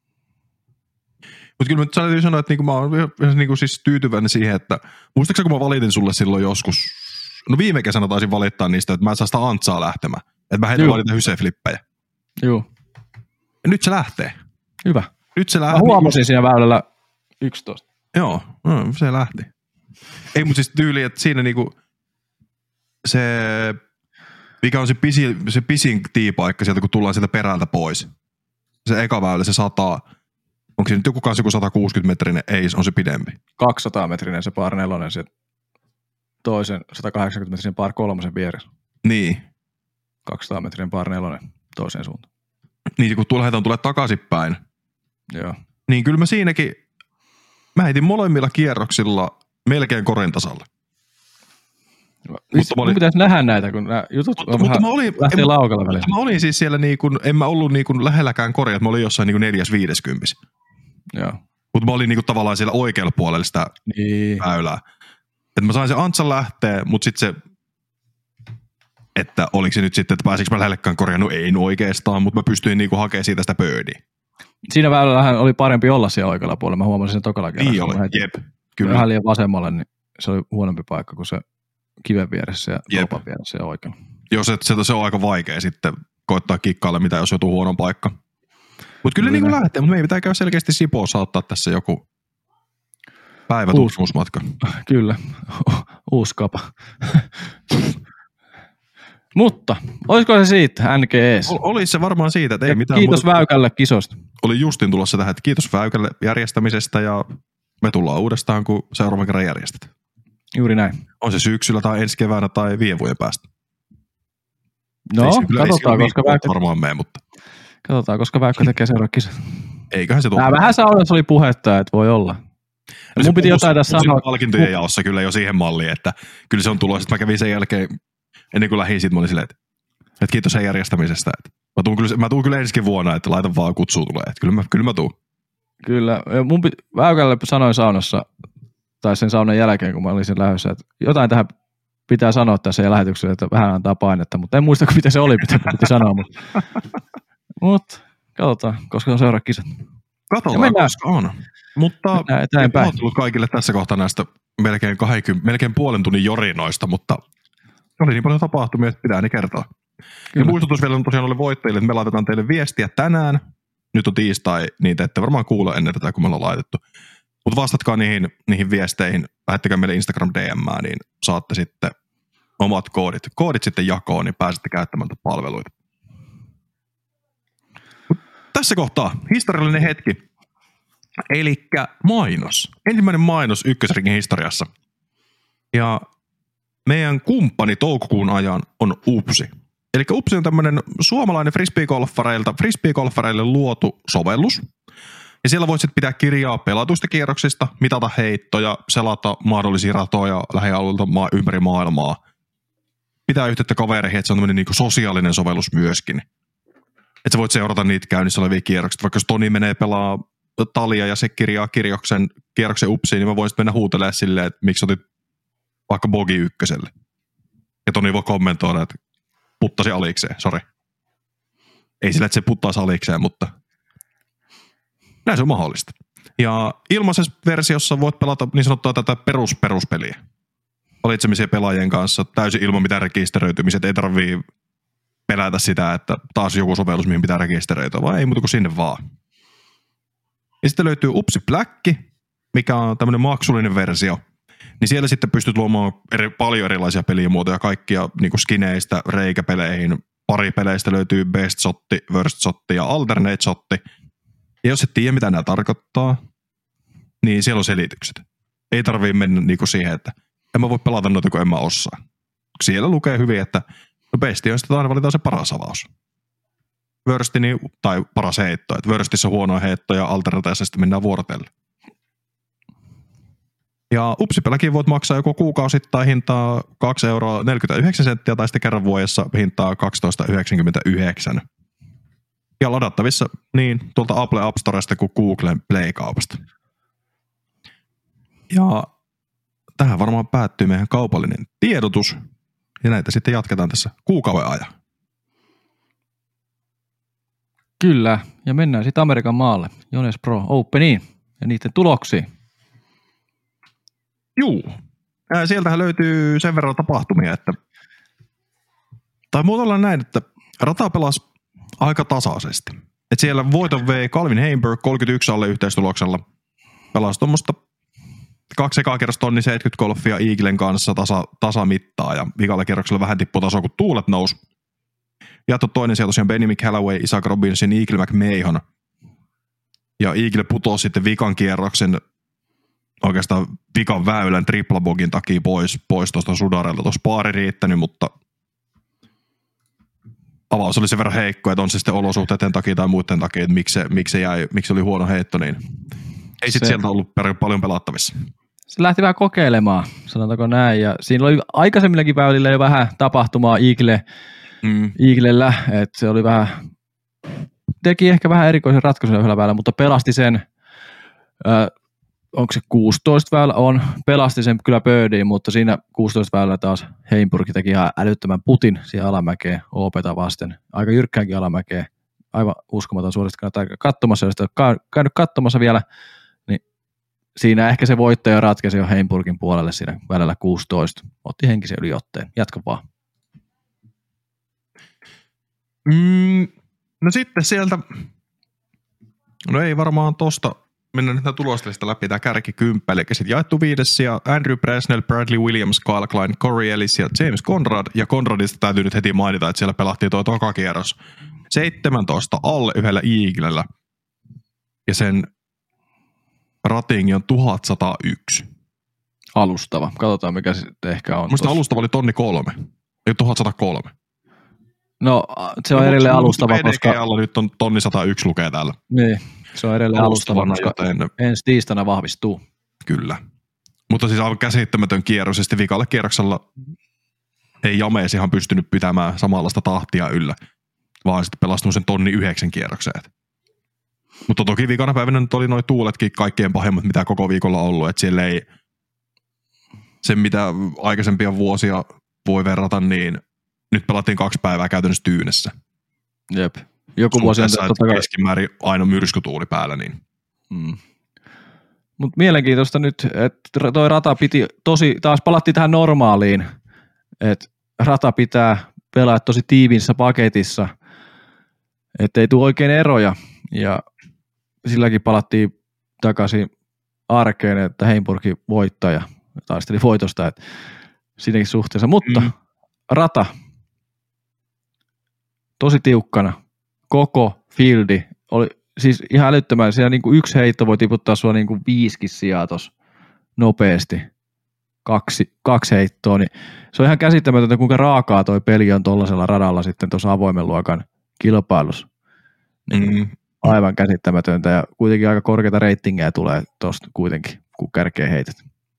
Mutta kyllä mä täytyy sanoa, että niinku mä oon niinku siis tyytyväinen siihen, että muistaakseni kun mä valitin sulle silloin joskus, no viime kesänä taisin valittaa niistä, että mä en saa sitä Antsaa lähtemään. Että mä heitän vaan niitä hyseflippejä. Joo. Nyt se lähtee. Hyvä. Nyt se lähtee. Mä huomasin siinä väylällä yksitoista. Joo, no, se lähti. Ei, mutta siis tyyli, että siinä niinku se, mikä on se pisin, se pisin tiipaikka sieltä, kun tullaan sieltä perältä pois. Se eka väylä, se sataa, onko se nyt joku kanssa joku sata kuusikymmentä metrinen, ei, on se pidempi. kaksisataa metrinen se par nelonen, se toisen sata kahdeksankymmentä metrinen par kolmosen vieressä. Niin. kaksisataa metrinen par nelonen toiseen suuntaan. Niin, kun lähdetään tulee takaisinpäin. Joo. Niin kyllä mä siinäkin, mä heitin molemmilla kierroksilla melkein korintasalle. Mutta olin, pitäisi nähdä näitä, kun nämä jutut mutta, on mutta mä olin, lähtee laukalla välissä. Mä olin siis siellä niin kuin, en mä ollut niin kuin lähelläkään koria, että mä olin jossain niin kuin neljäs viideskympissä. Joo. Mutta mä olin niin kuin tavallaan siellä oikealla puolella sitä niin. väylää. Että mä sain se Antsan lähteä, mutta sitten se, että oliko se nyt sitten, että pääsikö mä lähellekään korjaan, no ei no oikeastaan, mutta mä pystyin niin kuin hakemaan siitä sitä birdiä. Siinä väylällähän oli parempi olla siellä oikealla puolella, mä huomasin sen tokalla kerran. Niin oli, jep. Kyllä. Vähän liian vasemmalle, niin se oli huonompi paikka kuin se kiven vieressä ja tolpan vieressä ja oikealla. Joo, se, se, se on aika vaikea sitten koittaa kikkailla, mitä jos joutuu huonon paikka. Mutta kyllä niin kuin lähtee, mutta meidän pitää käydä selkeästi Sipoossa ottaa tässä joku päivätutkimusmatka. Kyllä, uusi kapa. Mutta, olisiko se siitä, N G S? Ol, olisi se varmaan siitä, että ei ja mitään kiitos muuta. Väykälle kisosta. Oli justin tulossa tähän, että kiitos Väykälle järjestämisestä ja me tullaan uudestaan, kun seuraavan kerran järjestetään. Juuri näin. On se syksyllä tai ensi keväänä tai viiden vuoden päästä. No, kyllä, katsotaan, koska Väykkö... varmaan mene, mutta... Katsotaan, koska Väykkö tekee seuraavan kisan. Eiköhän se tule. Tää vähän saunassa oli puhetta, että voi olla. No mun piti jotain tässä sanoa. Palkintojen jaossa kyllä jo siihen malliin, että kyllä se on tulossa. Mä kävin sen jälkeen, ennen kuin lähdin siitä, mä olin silleen, että, että kiitos sen järjestämisestä. Että mä, tuun kyllä, mä tuun kyllä ensikin vuonna, että laitan vaan kutsuu tulee. Että kyllä, mä, kyllä mä tuun. Kyllä. Mun piti, Väykälle sanoin saunassa, tai sen saunan jälkeen, kun mä olin sen lähdössä, että jotain tähän pitää sanoa tässä lähetyksessä, että vähän antaa painetta, mutta en muista, mitä se oli, mitä piti sanoa. Mutta, mutta katsotaan, koska on seuraava kisat. Katsotaan, koska on. Mutta en pahoittelut kaikille tässä kohtaa näistä melkein, kaksikymmentä, melkein puolen tunnin jorinoista, mutta oli niin paljon tapahtumia, että pitää ne kertoa. Ja muistutus vielä tosiaan oli voittajille, että me laitetaan teille viestiä tänään. Nyt on tiistai, niin te ette varmaan kuule ennen tätä, kun me ollaan laitettu. Mutta vastatkaa niihin, niihin viesteihin, lähettäkää meille Instagram D M, niin saatte sitten omat koodit. Koodit sitten jakoon, niin pääsette käyttämään palveluita. Tässä kohtaa historiallinen hetki. Elikkä mainos. Ensimmäinen mainos ykkösringin historiassa. Ja meidän kumppani toukokuun ajan on Upsi. Elikkä Upsi on tämmöinen suomalainen frisbeegolfareilta, frisbeegolfareille luotu sovellus. Ja siellä voit sitten pitää kirjaa pelatuista kierroksista, mitata heittoja, selata mahdollisia ratoja lähialueilta maa, ympäri maailmaa. Pitää yhteyttä kavereihin, että se on tämmöinen niinku sosiaalinen sovellus myöskin. Että sä voit seurata niitä käynnissä olevia kierroksia. Vaikka jos Toni menee pelaa talia ja se kirjaa kirjoksen, kierroksen Upsiin, niin mä voin sitten mennä huutelemaan silleen, että miksi otit vaikka bogi ykköselle. Ja Toni voi kommentoida, että puttasi alikseen, sori. Ei sillä, että se puttaisi alikseen, mutta näin se on mahdollista. Ja ilmaisessa versiossa voit pelata niin sanottua tätä perus-peruspeliä. Valitsemisia pelaajien kanssa täysin ilman mitään rekisteröitymiset. Ei tarvii pelätä sitä, että taas joku sovellus, mihin pitää rekisteröityä, vaan ei muuta kuin sinne vaan. Ja sitten löytyy Upsi Black, mikä on tämmöinen maksullinen versio. Niin siellä sitten pystyt luomaan eri, paljon erilaisia pelimuotoja, kaikkia niin kuin skineistä, reikäpeleihin. Pari peleistä löytyy Best Shotti, Worst Shotti ja Alternate Shotti. Ja jos et tiedä, mitä nämä tarkoittaa, niin siellä on selitykset. Ei tarvii mennä niin kuin siihen, että en mä voi pelata noita, kun en mä osaa. Siellä lukee hyvin, että no besti on sitten aina valitaan se paras avaus. Worsti, niin, tai paras heitto. Että Worstissä on huonoa heitto ja Alternateissa sitten mennään vuorotelle. Ja Upsipeläkin voit maksaa joko kuukausittain hintaa kaksi euroa neljäkymmentäyhdeksän senttiä tai sitten kerran vuodessa hintaa kaksitoista yhdeksänkymmentäyhdeksän. Ja ladattavissa niin tuolta Apple App Storesta kuin Googlen Play-kaupasta. Ja tähän varmaan päättyy meidän kaupallinen tiedotus. Ja näitä sitten jatketaan tässä kuukauden ajan. Kyllä, ja mennään sitten Amerikan maalle. Jones Pro Openiin ja niiden tuloksiin. Juu. Sieltähän löytyy sen verran tapahtumia, että tai muotoillaan näin, että rata pelasi aika tasaisesti. Et siellä voiton vei Calvin Heimburg kolmekymmentäyksi alle yhteistuloksella. Pelasi tuommoista kaksi ekaa kierrosta tonni seitsemänkymmentä golfia Eaglen kanssa tasa, tasamittaa ja vikalla kierroksella vähän tippui tasoa, kun tuulet nousi. Jatko toinen siellä tosiaan Benny McHalloway, Isaac Robinson, Eagle McMahon. Ja Eagle putosi sitten vikan kierroksen, oikeastaan vikan väylän triplabogin takia pois, pois tuosta sudarelta. Tuossa paari riittänyt, mutta avaus oli sen verran heikko, että on se sitten olosuhteiden takia tai muiden takia, että miksi se, miksi se, jäi, miksi se oli huono heitto, niin ei sitten sieltä ollut paljon pelattavissa. Se lähti vähän kokeilemaan, sanotaanko näin, ja siinä oli aikaisemmillakin väylillä jo vähän tapahtumaa Eagle, mm. Eaglellä, että se oli vähän, teki ehkä vähän erikoisen ratkaisun yhdellä väylällä, mutta pelasti sen, äh, onko se kuusitoista väylä, on, pelasti sen kyllä birdiin, mutta siinä kuusitoista väylä taas Heimburg teki ihan älyttömän putin siihen alamäkeen, O P:tä vasten, aika jyrkkäänkin alamäkeen, aivan uskomaton suorasti kannattaa katsomassa, jos olet käynyt katsomassa vielä, niin siinä ehkä se voittaja ratkaisi jo Heimburgin puolelle siinä välillä kuusitoista, otti henkisen yliotteen, jatka vaan. Mm, no sitten sieltä, no ei varmaan tosta, mennään nyt tulostelista läpi tämä kärkikympppä, eli sitten jaettu viides sija Andrew Presnell, Bradley Williams, Kyle Klein, Corey Ellis ja James Conrad, ja Conradista täytyy nyt heti mainita, että siellä pelattiin tuo toka kierros seitsemäntoista alle yhdellä Eaglellä, ja sen ratingi on tuhatsata yksi. Alustava, katsotaan mikä se ehkä on. Musta alustava oli tonni kolme, ei tuhatsata kolme. No se on no, edelleen alustava, koska alla nyt on tonni sata yksi lukee täällä. Niin, se on edelleen alustava, koska joten ensi tiistaina vahvistuu. Kyllä. Mutta siis aivan käsittämätön kierros, ja sitten vikalla kierroksella ei Jamees ihan pystynyt pitämään samanlaista tahtia yllä, vaan sitten pelastunut sen tonni yhdeksän kierrokseen. Mutta toki vikana päivänä nyt oli noi tuuletkin kaikkein pahimmat, mitä koko viikolla on ollut, että siellä ei sen, mitä aikaisempia vuosia voi verrata, niin nyt pelattiin kaksi päivää käytännössä tyynessä. Jep. Joku vuosi on totta kai keskimäärin aina myrskytuuli päällä. Niin. Mm. Mutta mielenkiintoista nyt, että toi rata piti tosi, taas palattiin tähän normaaliin, että rata pitää pelaa tosi tiiviissä paketissa, ettei tule oikein eroja. Ja silläkin palattiin takaisin arkeen, että Heimburgin voittaja taisteli voitosta, että siinäkin suhteessa. Mutta mm. rata tosi tiukkana, koko fieldi oli siis ihan älyttömän, siellä niinku yksi heitto voi tiputtaa sua niinku viisikin sijaa tossa nopeasti, kaksi, kaksi heittoa, niin se on ihan käsittämätöntä, kuinka raakaa toi peli on tollasella radalla sitten tuossa avoimen luokan kilpailussa. Niin mm. Aivan käsittämätöntä ja kuitenkin aika korkeita reitingejä tulee tosta kuitenkin, kun kärkeä heität.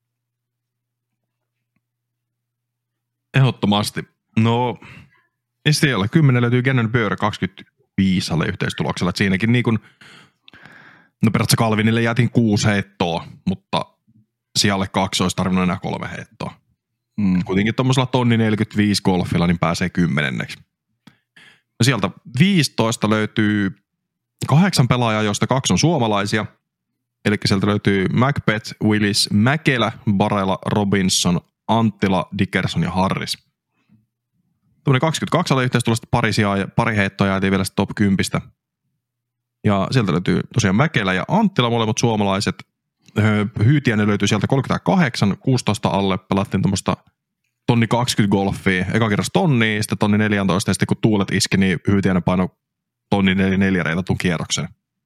Ehdottomasti. No, siellä kymmenen löytyy Gannon Buehler kaksikymmentäviisi alle yhteistuloksella. Että siinäkin niin kuin, no periaatteessa Calvinille jäätiin kuusi heittoa, mutta sijalle kaksi olisi tarvinnut enää kolme heittoa. Mm. Kuitenkin tuommoisella tonni neljäkymmentäviisi golfilla niin pääsee kymmenenneksi. No sieltä viisitoista löytyy kahdeksan pelaajaa, joista kaksi on suomalaisia. Eli sieltä löytyy Macbeth, Willis, Mäkelä, Barela, Robinson, Anttila, Dickerson ja Harris. Tuommoinen kaksikymmentäkaksi alle yhteistulosta pari, sijaa, pari heittoa jäätiin vielä top kymmenen. Ja sieltä löytyy tosiaan Mäkelä ja Anttila, molemmat suomalaiset. Hyytiäinen löytyy sieltä kolmekymmentäkahdeksan, kuusitoista alle. Pelattiin tuommoista tonni kaksikymmentä golfia. Eka kerras tonni, sitten tonni neljätoista. Ja sitten kun tuulet iski, niin Hyytiäinen painoi tonni neljä reitatun kierroksen.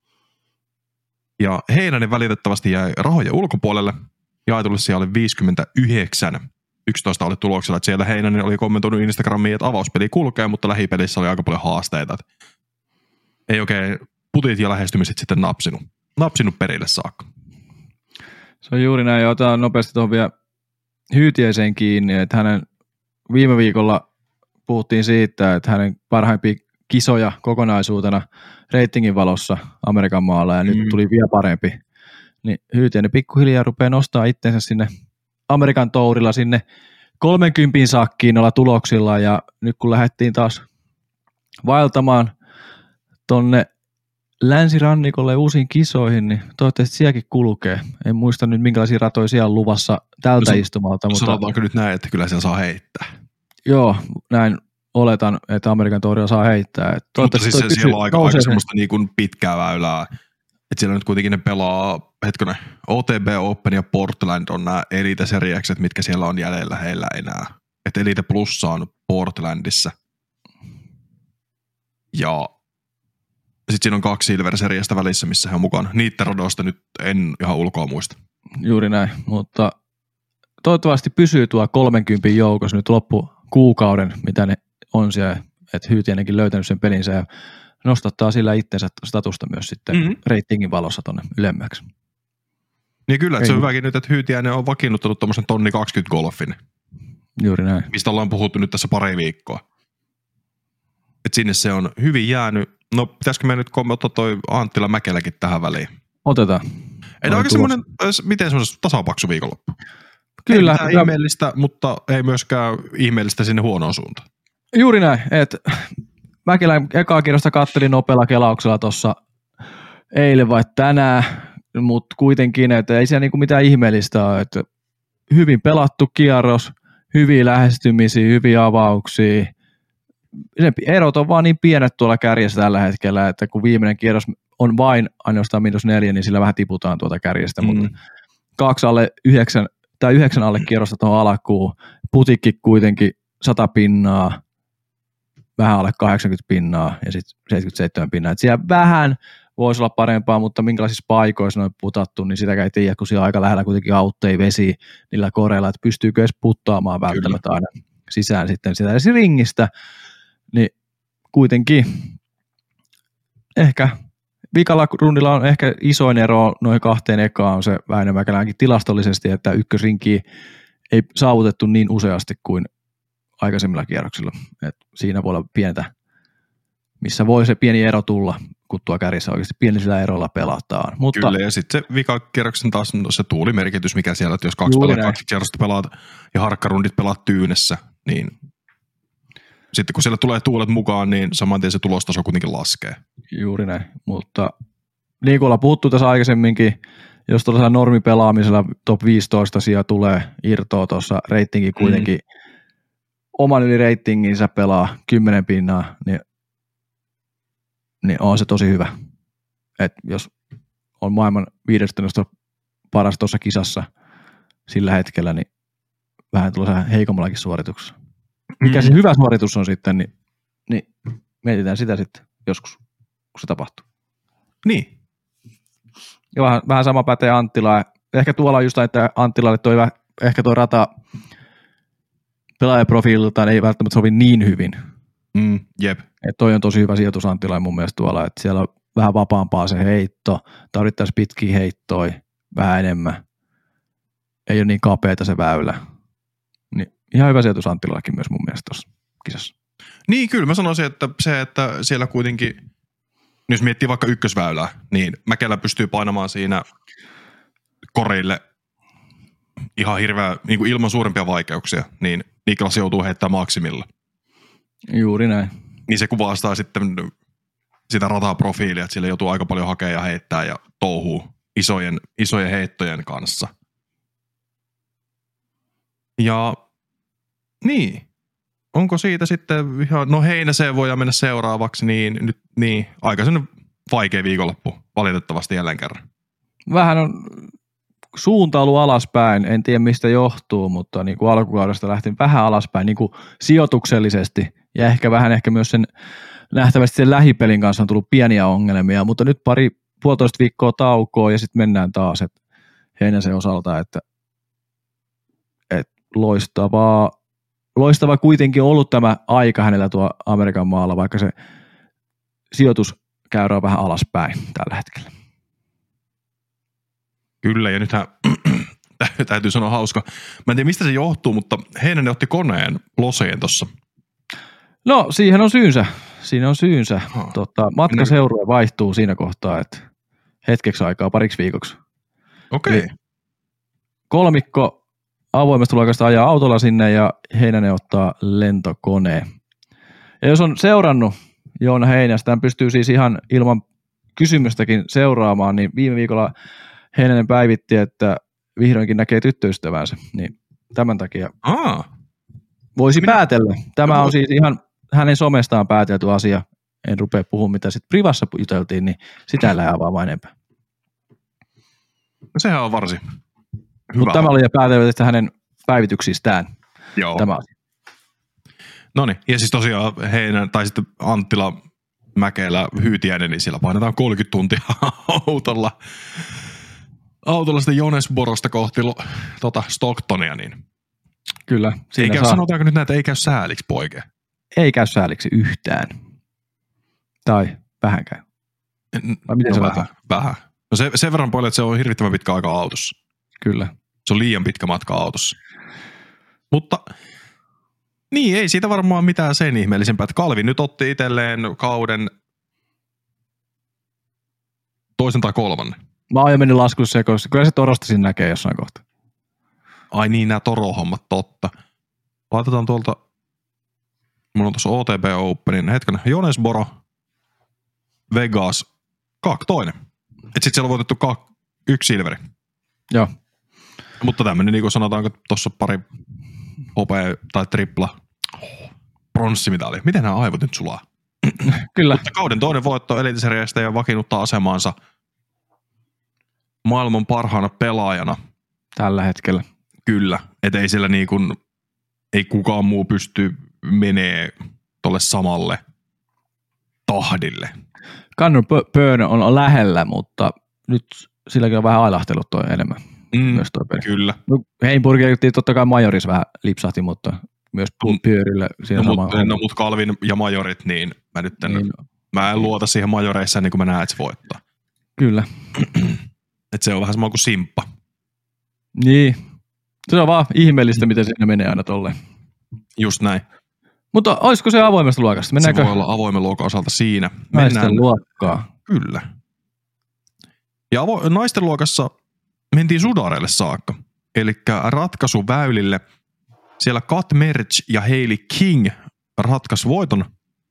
Ja Heinänen välitettävästi jäi rahojen ulkopuolelle. Jaetulle siellä oli viisikymmentäyhdeksän. yksitoista oli tuloksella, että siellä Heinänen oli kommentoinut Instagramiin, että avauspeli kulkee, mutta lähipelissä oli aika paljon haasteita. Että ei oikein putit ja lähestymiset sitten napsinut, napsinut perille saakka. Se on juuri näin, ja otetaan nopeasti tuohon vielä Hyytiäiseen kiinni, että hänen viime viikolla puhuttiin siitä, että hänen parhaimpia kisoja kokonaisuutena reitingin valossa Amerikan maalla, ja mm. nyt tuli vielä parempi. Niin Hyytiäinen pikkuhiljaa rupeaa nostaa itsensä sinne Amerikan tourilla sinne kolmenkympin sakkiin olla tuloksilla, ja nyt kun lähdettiin taas vaeltamaan tonne länsirannikolle uusiin kisoihin, niin toivottavasti sielläkin kulkee. En muista nyt minkälaisia ratoja siellä on luvassa tältä no, istumalta. Mutta sanotaanko nyt näin, että kyllä siellä saa heittää? Joo, näin oletan, että Amerikan Tourilla saa heittää. Mutta siis se, siellä on aika, aika semmoista niin kuin pitkää väylää. Että siellä nyt kuitenkin ne pelaa, hetkonen, O T B Open ja Portland on nämä Elite-seriakset, mitkä siellä on jäljellä heillä enää. Että Elite Plussa on Portlandissa. Ja sitten siinä on kaksi Silver-seriasta välissä, missä he on mukana. Niitä radoista nyt en ihan ulkoa muista. Juuri näin, mutta toivottavasti pysyy tuo kolmenkympin joukossa nyt loppukuukauden, mitä ne on siellä, että Hyytiänenkin löytänyt sen pelinsä ja nostattaa sillä itsensä statusta myös sitten mm-hmm. reitingin valossa tuonne ylemmäksi. Niin kyllä, että se on hyväkin nyt, että Hyytiäinen on vakiinnuttanut tuommoisen tonni kaksikymmentä golfin. Juuri näin. Mistä ollaan puhuttu nyt tässä pari viikkoa. Että sinne se on hyvin jäänyt. No pitäisikö me nyt ottaa toi Anttila Mäkeläkin tähän väliin? Otetaan. Ei ole aika semmoinen, miten semmoinen tasapaksu viikonloppu? Kyllä. Ei mitään ihmeellistä, mutta ei myöskään ihmeellistä sinne huonoon suuntaan. Juuri näin, että Mäkelän ekaa kierrosta kattelin nopealla kelauksella tuossa eilen vai tänään, mutta kuitenkin, että ei siellä niinku mitään ihmeellistä ole, että hyvin pelattu kierros, hyviä lähestymisiä, hyviä avauksia. Ne erot on vaan niin pienet tuolla kärjessä tällä hetkellä, että kun viimeinen kierros on vain ainoastaan miinus neljä, niin sillä vähän tiputaan tuota kärjestä, mm. mutta kaksi alle yhdeksän, tai yhdeksän alle kierrosta tuohon alkuun, putikki kuitenkin sata pinnaa, vähän alle kahdeksankymmentä pinnaa ja sitten seitsemänkymmentäseitsemän pinnaa. Et siellä vähän voisi olla parempaa, mutta minkälaisissa paikoissa ne on putattu, niin sitäkään ei tiedä, kun siellä on aika lähellä kuitenkin auttei vesi niillä koreilla, että pystyykö edes puttaamaan välttämättä aina sisään sitten sitä edes ringistä, niin kuitenkin ehkä vikalla rundilla on ehkä isoin ero noin kahteen ekaan on se Väinö Mäkelänkin tilastollisesti, että ykkösrinkiä ei saavutettu niin useasti kuin aikaisemmilla kierroksilla. Et siinä voi olla pientä, missä voi se pieni ero tulla, kun tuo kärjessä oikeasti pienillä erolla pelataan. Mutta, kyllä, ja sitten se vikakierroksen taas no, se tuulimerkitys, mikä siellä, että jos kaksi, pelaat, kaksi kierrosta pelaat ja harkkarundit pelaat tyynessä, niin sitten kun siellä tulee tuulet mukaan, niin saman tien se tulostaso kuitenkin laskee. Juuri näin, mutta niin kuin ollaan puhuttu tässä aikaisemminkin, jos tuollaisella normipelaamisella top viisitoista sija tulee irtoa tuossa reitingin kuitenkin, mm. oman yli reitinginsä pelaa kymmenen pinnaa, niin, niin on se tosi hyvä. Et jos on maailman viidestoista paras tuossa kisassa sillä hetkellä, niin vähän tuollaisella heikommallakin suorituksessa. Mikä mm. se hyvä suoritus on sitten, niin, niin mietitään sitä sitten joskus, kun se tapahtuu. Niin. Ja vähän, vähän sama pätee Anttilaan. Ehkä tuolla on just, että Anttilalle toi, ehkä toi rata pelaajaprofiililtaan ei välttämättä sovi niin hyvin. Mm, jep. Et toi on tosi hyvä sijoitus Anttilaan mun mielestä tuolla, että siellä on vähän vapaampaa se heitto, tarvittaisiin pitkiä heittoja vähän enemmän. Ei ole niin kapeata se väylä. Niin ihan hyvä sijoitus Anttilallakin myös mun mielestä tuossa kisassa. Niin, kyllä mä sanoisin, että se, että siellä kuitenkin, jos miettii vaikka ykkösväylää, niin Mäkelä pystyy painamaan siinä koreille ihan hirveä, niin kuin ilman suurempia vaikeuksia, niin Niklas joutuu heittämään maksimilla. Juuri näin. Niin se kuvastaa sitten sitä rataprofiilia, että sillä joutuu aika paljon hakea ja heittää ja touhuu isojen, isojen heittojen kanssa. Ja niin, onko siitä sitten ihan, no Heinäseen voidaan mennä seuraavaksi, niin nyt niin, aika sen vaikea viikonloppu valitettavasti jälleen kerran. Vähän on suunta ollut alaspäin, en tiedä mistä johtuu, mutta niin kuin alkukaudesta lähtien vähän alaspäin niin kuin sijoituksellisesti ja ehkä vähän ehkä myös sen nähtävästi sen lähipelin kanssa on tullut pieniä ongelmia, mutta nyt pari puolitoista viikkoa taukoa ja sitten mennään taas et Heinäsen osalta, että et loistavaa, loistavaa kuitenkin ollut tämä aika hänellä tuo Amerikan maalla, vaikka se sijoituskäyrä on vähän alaspäin tällä hetkellä. Kyllä, ja nythän täytyy sanoa hauska. Mä en tiedä, mistä se johtuu, mutta Heinänen otti koneen Loseen tuossa. No, siihen on syynsä. Siinä on syynsä. Tota, matkaseuroja vaihtuu siinä kohtaa, että hetkeksi aikaa, pariksi viikoksi. Okei. Okay. Kolmikko avoimesta tulee oikeastaan ajaa autolla sinne ja Heinänen ottaa lentokoneen. Ja jos on seurannut Joona Heinästä, hän pystyy siis ihan ilman kysymystäkin seuraamaan, niin viime viikolla Heinänen päivitti, että vihdoinkin näkee tyttöystävänsä, niin tämän takia Aa. voisi Minä... päätellä. Tämä on siis ihan hänen somestaan päätelty asia. En rupea puhumaan, mitä sitten privassa juteltiin, niin sitä ei lähde avaamaan enempää. Sehän on varsin hyvä. Mutta tämä oli jo päätelty hänen päivityksistään. Joo. Tämä asia. Noniin, ja siis tosiaan Heinä, tai sitten Anttila, Mäkelä, Hyytiäinen, niin siellä painetaan kolmekymmentä tuntia autolla. Autolla sitten Jonesborosta kohti tota Stocktonia, niin kyllä. Ei käy, saa. sanotaanko nyt näitä, ei käy sääliksi poikea? Ei käy sääliksi yhtään. Tai vähän käy. Vai miten no se vähän, vähän. No se, sen verran paljon, että se on hirvittävän pitkä aika autossa. Kyllä. Se on liian pitkä matka autossa. Mutta niin, ei siitä varmaan mitään sen ihmeellisempää. Että Kalvi nyt otti itselleen kauden toisen tai kolmannen. Mä oon jo mennyt laskuun sekoissa. Kyllä se Torosta siinä näkee jossain kohtaa. Ai niin, nämä Toro-hommat, totta. Laitetaan tuolta, mulla on tuossa O T B Openin, hetken, Jonesboro, Vegas, kak toinen. Et sit siellä on voitettu kak, yksi silveri. Joo. Mutta tämmönen, niin kuin sanotaanko tuossa pari hopea tai tripla pronssimitali. Miten nämä aivot nyt sulaa? Kyllä. Mutta kauden toinen voitto elitiseriasta ja vakiinnuttaa asemaansa maailman parhaana pelaajana. Tällä hetkellä. Kyllä, et ei sillä niin kuin, ei kukaan muu pysty menee tolle samalle tahdille. Connor Byrne on, on lähellä, mutta nyt silläkin on vähän ailahtellut toi enemmän. Mm, myös toi peli. Kyllä. No, Heimburgia totta kai Majoris vähän lipsahti, mutta myös Pyörille siinä no, sama. Mutta no, mut Kalvin ja Majorit, niin mä nyt en, niin. mä en luota siihen Majoreissa ennen kuin mä näen, että se voittaa. Kyllä. Et se on vähän sama kuin simppa. Niin. Se on vaan ihmeellistä, miten siinä menee aina tolleen. Just näin. Mutta olisiko se avoimesta luokasta? Mennäänkö? Se voi olla avoimen luokan osalta siinä. Naisten Mennään. luokkaa. Kyllä. Ja avo- naisten luokassa mentiin sudareille saakka. Eli ratkaisuväylille. Siellä Kat Merch ja Hailey King ratkaisi voiton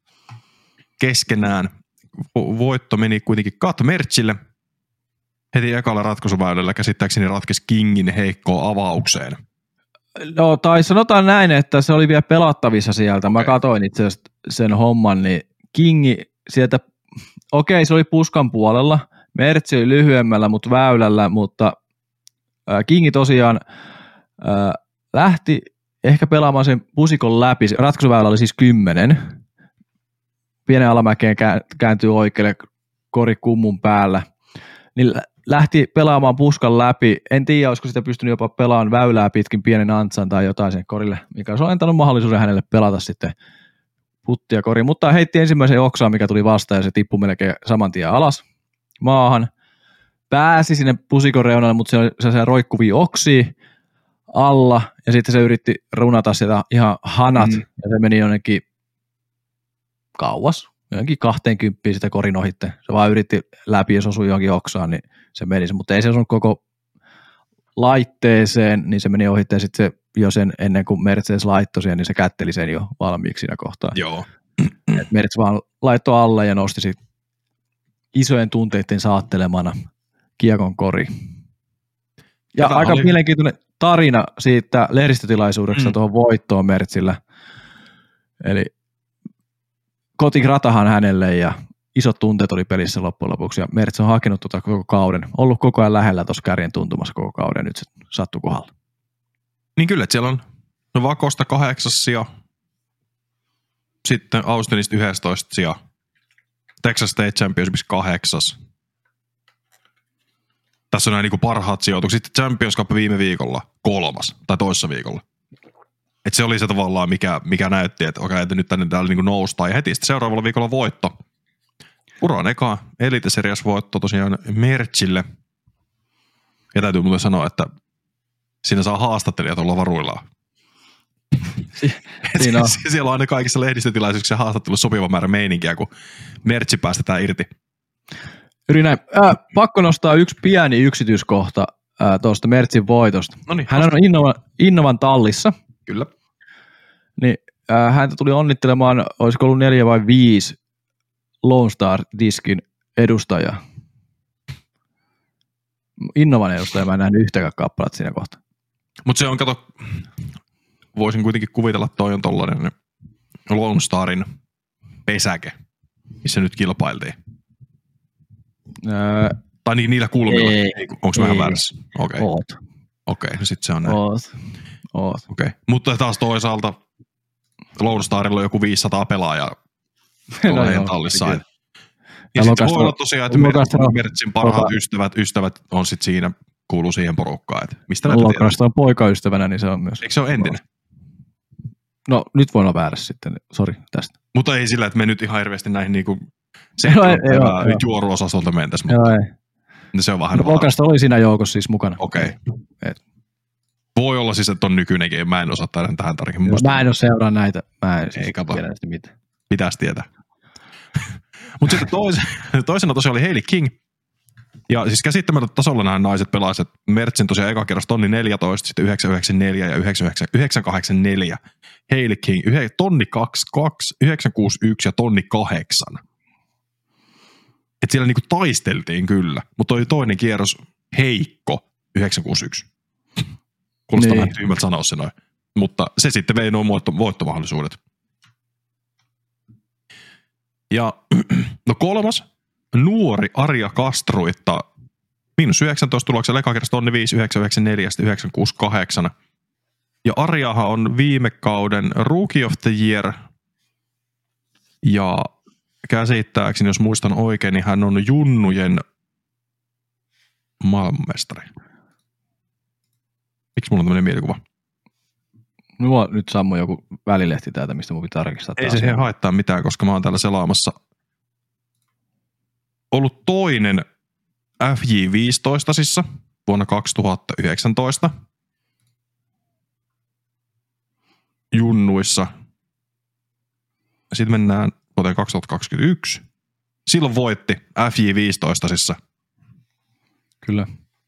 keskenään. Voitto meni kuitenkin Kat Merchille. Heti ekalla ratkaisuväylällä käsittääkseni ratkesi Kingin heikkoon avaukseen. No tai sanotaan näin, että se oli vielä pelattavissa sieltä. Mä Okay. katoin itse asiassa sen homman, niin Kingi sieltä, okei okay, se oli puskan puolella, Mertsi oli lyhyemmällä, mutta väylällä, mutta äh, Kingi tosiaan äh, lähti ehkä pelaamaan sen pusikon läpi. Ratkaisuväylä oli siis kymmenen. Pienen alamäkeen kääntyy oikealle kori kummun päällä. Niin lähti pelaamaan puskan läpi. En tiedä, olisiko sitä pystynyt jopa pelaamaan väylää pitkin pienen antsan tai jotain sen korille, mikä on antanut mahdollisuuden hänelle pelata sitten puttia koriin. Mutta heitti ensimmäisen oksaan, mikä tuli vastaan ja se tippui melkein saman tien alas maahan. Pääsi sinne pusikon reunalle, mutta se oli sellaisia roikkuvia oksia alla ja sitten se yritti runata sieltä ihan hanat mm. ja se meni jonnekin kauas. Jonkin kahteenkymppiin sitä korin ohitte. Se vaan yritti läpi ja se osui johonkin oksaan, niin se meni se. Mutta ei se osunut koko laitteeseen, niin se meni ohitte. Sitten se jo sen ennen kuin Mercedes laittoi siihen, niin se kätteli sen jo valmiiksi siinä kohtaa. Joo. Et Mercedes vaan laittoi alle ja nosti sit isojen tunteiden saattelemana kiekon kori. Ja Hyvä aika oli. mielenkiintoinen tarina siitä lehdistötilaisuudesta Mm. tuohon voittoon Mertsillä. Eli kotiratahan hänelle ja isot tunteet oli pelissä loppujen lopuksi ja Mertz on hakenut tuota koko kauden, ollut koko ajan lähellä tuossa kärjen tuntumassa koko kauden ja nyt se sattui kohdalla. Niin kyllä, että siellä on no Vakosta kahdeksas sija, sitten Austinista yhdestoista sija, Texas State Championshipissa kahdeksas. Tässä on nämä niin parhaat sijoitukset. Sitten Champions Cup viime viikolla kolmas, tai toissa viikolla. Et se oli se tavallaan, mikä, mikä näytti, että okei, että nyt tänne täällä niin noustaan. Ja heti sitten seuraavalla viikolla voitto. Uran eka Elite Series voitto tosiaan Merchille. Ja täytyy muuten sanoa, että siinä saa haastattelijat olla varuillaan. Siinä on. Siellä on aina kaikissa lehdistötilaisuuksissa haastattelussa sopiva määrä meininkiä, kun Merchi päästetään irti. Yri näin. Äh, pakko nostaa yksi pieni yksityiskohta äh, tuosta Mertsin voitosta. Noniin, Hän on Innova, Innovan tallissa. Kyllä. Niin, äh, häntä tuli onnittelemaan, olisiko ollut neljä vai viisi Lone Star-diskin edustajaa. Innovan edustaja, mä en nähnyt yhtäkään kappaletta siinä kohtaa. Mutta se on, kato, voisin kuitenkin kuvitella, että toi on tollainen Lone Starin pesäke, missä nyt kilpailtiin? Öö, tai niin, niillä kulmilla. ei, Onko mä ihan väärässä? Okei. Okay. Oot. Okei, okay, no sit se on näin. Oot. Oot. Okay. Mutta taas toisaalta Lone Starilla on joku viisisataa pelaajaa tuolla heidän tallissaan. Ja, ja sitten voi olla tosiaan, että Mertsin parhaat tota, ystävät, ystävät on sitten siinä, kuuluu siihen porukkaan. Että mistä näitä tiedät? Lokasta on poikaystävänä, niin se on myös. Eikö se ole entinen? No nyt voi olla väärässä sitten, sori tästä. Mutta ei sillä, että me nyt ihan hirveästi näihin niinku seitsemän juoruosastolta mentäisiin. Joo, ei. No se on vähän no, Lokasta oli siinä joukossa siis mukana. Okei. Okay. Voi olla siis, että on nykyinenkin. Mä en osaa tähän, tähän tarkemmin. No, mä en ole seuraa näitä. Mä en siis ei kato. tiedä näistä mitään. Pitäisi tietää. Mutta sitten tois, toisena tosiaan oli Hailey King. Ja siis käsittämättä tasolla nämä naiset pelasivat Mertsin tosiaan eka kerros tonni neljätoista, sitten yhdeksän yhdeksänkymmentäneljä ja yhdeksän kahdeksankymmentäneljä. Hailey King, tonni kaksikymmentäkaksi, yhdeksän kuusikymmentäyksi ja tonni kahdeksan. Että siellä niinku taisteltiin kyllä, mutta oli toinen kierros heikko, yhdeksän kuusikymmentäyksi. Kuulostaa niin. Vähän tyhmältä sanoa se noin. Mutta se sitten vei nuo voitto, voittomahdollisuudet. Ja no kolmas, nuori Arja Kastruitta, miinus yhdeksäntoista tuloksella, eka kerrasta tonni viisi, yhdeksän yhdeksänkymmentäneljä, yhdeksän kuusikymmentäkahdeksan. Ja Arjahan on viime kauden Rookie of the Year. Ja käsittääkseni, jos muistan oikein, niin hän on junnujen maailmanmestari. Miksi mulla on tämmöinen mielikuva? Mulla nyt sammui joku välilehti täältä, mistä mun pitää tarkistaa. Ei se haittaa mitään, koska mä oon täällä selaamassa ollut toinen F J viisitoista-sissa vuonna kaksituhattayhdeksäntoista junnuissa. Sitten mennään vuoteen kaksituhattakaksikymmentäyksi. Silloin voitti F J viisitoista-sissa. Kyllä.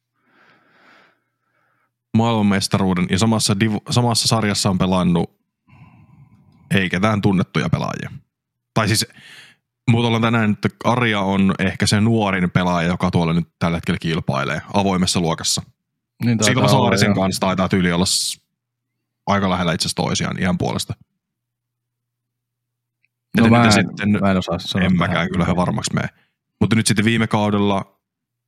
Maailmanmestaruuden ja samassa, div- samassa sarjassa on pelannut ei ketään tunnettuja pelaajia. Tai siis mutta ollaan tänään, että Arja on ehkä se nuorin pelaaja, joka tuolla nyt tällä hetkellä kilpailee avoimessa luokassa. Niin Silva Saarisen kanssa taitaa tyyli olla aika lähellä itse asiassa toisiaan iän puolesta. No mä en, sitten, mä en osaa sanoa. En mäkään kyllä he varmaksi mene. Mutta nyt sitten viime kaudella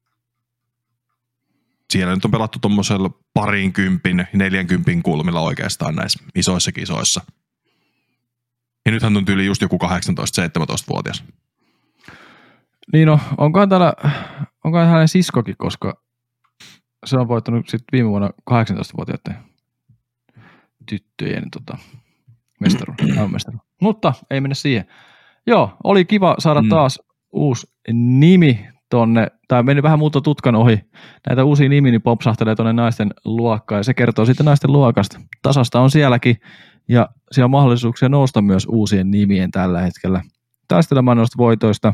siellä nyt on pelattu tuommoisella parinkympin, neljänkympin kulmilla oikeastaan näissä isoissa kisoissa. Ja nythän on tyyli just joku kahdeksantoista-seitsemäntoista-vuotias. Niin no, onkohan täällä, onkohan hänen siskokin, koska se on voittanut sitten viime vuonna kahdeksantoista-vuotiaiden tyttöjen tota, mestaruuden, mestaruuden. Mutta ei mennä siihen. Joo, oli kiva saada mm. taas uusi nimi tonne, tai meni vähän muuta tutkan ohi. Näitä uusia nimiä niin popsahtelee tonne naisten luokkaan, ja se kertoo sitten naisten luokasta. Tasasta on sielläkin, ja siellä on mahdollisuuksia nousta myös uusien nimien tällä hetkellä. Taistelemaan noista voitoista.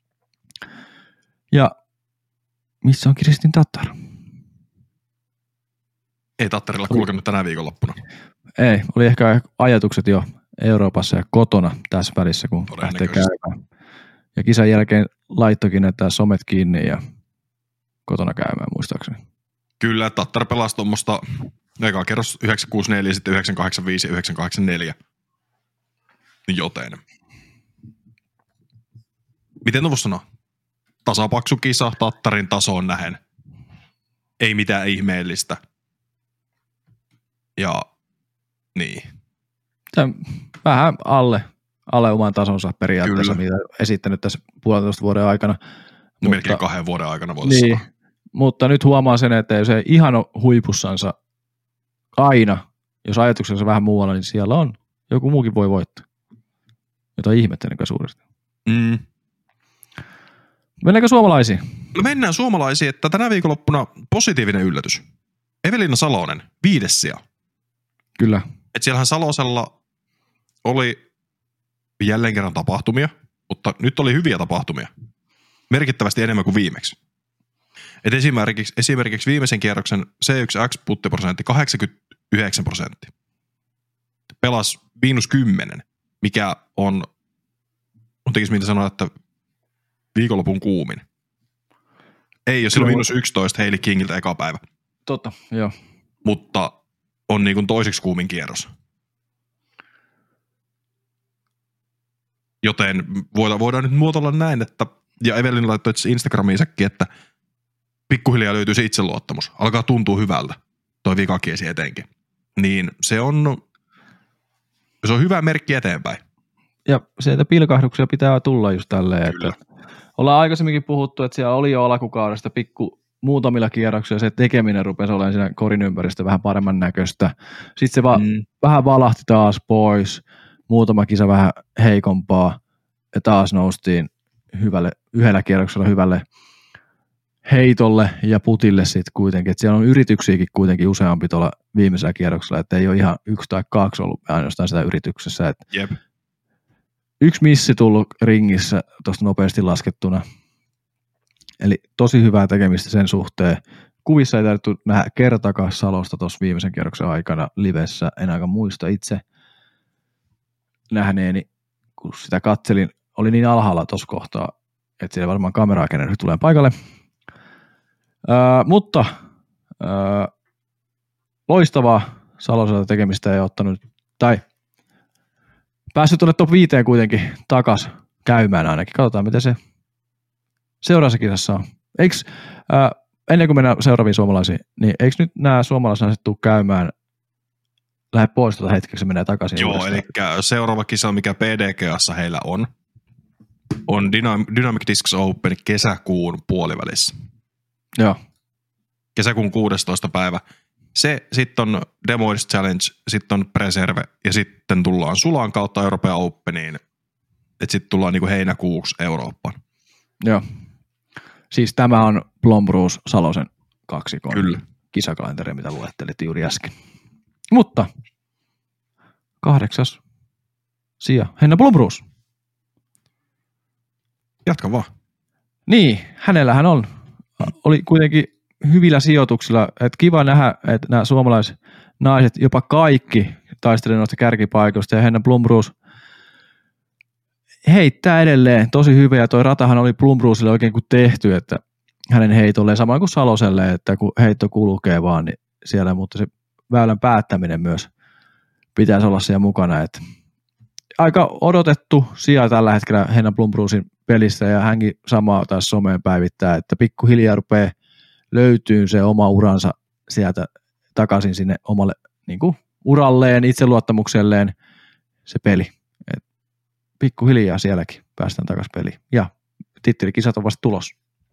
Ja missä on Kristin Tattar? Ei Tattarilla kulkenut tänä viikonloppuna. Ei, oli ehkä ajatukset jo Euroopassa ja kotona tässä välissä, kun lähtee käymään. Ja kisan jälkeen laittokin näitä somet kiinni ja kotona käymään muistaakseni. Kyllä, Tattar pelasi tuommoista eka kerros yhdeksän kuusikymmentäneljä, sitten yhdeksän kahdeksankymmentäviisi ja yhdeksän kahdeksankymmentäneljä. Joten. Miten voisi sanoa? Tasapaksu kisa Tattarin tasoon nähen. Ei mitään ihmeellistä. Ja niin. Tämä vähän alle, alle oman tasonsa periaatteessa, Kyllä. mitä esittänyt tässä puolentoista vuoden aikana. No mutta, melkein kahden vuoden aikana voitaisiin niin, sanoa. Mutta nyt huomaa sen, että jos ei ihan ole huipussansa aina, jos ajatuksensa vähän muualla, niin siellä on. Joku muukin voi voittaa. Jota ihmettelen suuresti. Mm. Mennäänkö suomalaisiin? No mennään suomalaisiin, että tänä viikonloppuna positiivinen yllätys. Evelina Salonen, viides sija. Kyllä. Että siellähän Salosella oli jälleen kerran tapahtumia, mutta nyt oli hyviä tapahtumia. Merkittävästi enemmän kuin viimeksi. Et esimerkiksi, esimerkiksi viimeisen kierroksen C yksi X-puttiprosentti kahdeksankymmentäyhdeksän prosenttia. Pelasi miinus kymmenen, mikä on, on tekisi mitä sanoa, että viikonlopun kuumin. Ei, jos sillä on miinus yksitoista Hailey Kingiltä eka päivä. Totta, joo. Mutta on niin kuin toiseksi kuumin kierros. Joten voidaan, voidaan nyt muotoilla näin, että, ja Evelin laittoi Instagramiinsakin, että pikkuhiljaa löytyy se itseluottamus. Alkaa tuntua hyvältä, toi vikakiesi etenkin. Niin se on, se on hyvä merkki eteenpäin. Ja sieltä pilkahduksia pitää tulla just tälleen, Kyllä. että ollaan aikaisemminkin puhuttu, että siellä oli jo alkukaudesta pikku muutamilla kierroksilla se tekeminen rupesi olemaan siinä korin ympäristö vähän paremman näköistä. Sitten se va- mm. vähän valahti taas pois, muutama kisa vähän heikompaa ja taas noustiin hyvälle, yhdellä kierroksella hyvälle heitolle ja putille sitten kuitenkin. Et siellä on yrityksiäkin kuitenkin useampi tuolla viimeisellä kierroksella, että ei ole ihan yksi tai kaksi ollut ainoastaan sitä yrityksessä. Et Jep. Yksi missi tullut ringissä tuosta nopeasti laskettuna. Eli tosi hyvää tekemistä sen suhteen. Kuvissa ei tarvittu nähdä kertakaan Salosta tuossa viimeisen kierroksen aikana livessä. En aika muista itse nähneeni, kun sitä katselin. Oli niin alhaalla tuossa kohtaa, että siellä varmaan kameraa kenellä tulee paikalle. Öö, mutta öö, loistavaa Saloselta tekemistä ei ottanut, tai päässyt tuonne top viiteen kuitenkin takas käymään ainakin. Katsotaan, miten se seuraavassa kisassa on. Eikö, ää, ennen kuin mennään seuraaviin suomalaisiin, niin eikö nyt nämä suomalaiset tule käymään, lähde pois tuota hetkeksi ja menee takaisin? Joo, uudestaan. Eli seuraava kisa, mikä P D G A:ssa heillä on, on Dynam- Dynamic Discs Open kesäkuun puolivälissä. Joo. Kesäkuun kuudestoista päivä. Se sitten on Demoids Challenge, sitten on Preserve ja sitten tullaan Sulan kautta Euroopan Openiin. Että sitten tullaan niinku heinäkuuksi Eurooppaan. Joo. Siis tämä on Blomroos Salosen kaksikon Kyllä. kisakalenteri, mitä luettelit juuri äsken. Mutta kahdeksas sija, Henna Blomroos. Jatka vaan. Niin, hänellähän on. Oli kuitenkin hyvillä sijoituksilla. Että kiva nähdä, että nämä suomalaiset naiset, jopa kaikki taistelivat noista kärkipaikoista. Ja Henna Blomroos heittää edelleen tosi hyvin. Ja toi ratahan oli Blomroosille oikein kuin tehty, että hänen heitolleen, samoin kuin Saloselle, että kun heitto kulkee vaan, niin siellä, mutta se väylän päättäminen myös pitäisi olla siellä mukana. Että aika odotettu sija tällä hetkellä Henna Blomroosin pelistä, ja hänkin samaa taas someen päivittää, että pikkuhiljaa rupeaa löytyy se oma uransa sieltä takaisin sinne omalle niin kuin uralleen, itseluottamukselleen se peli. Et pikkuhiljaa sielläkin päästään takaisin peliin. Ja tittelikisat on vasta tulos.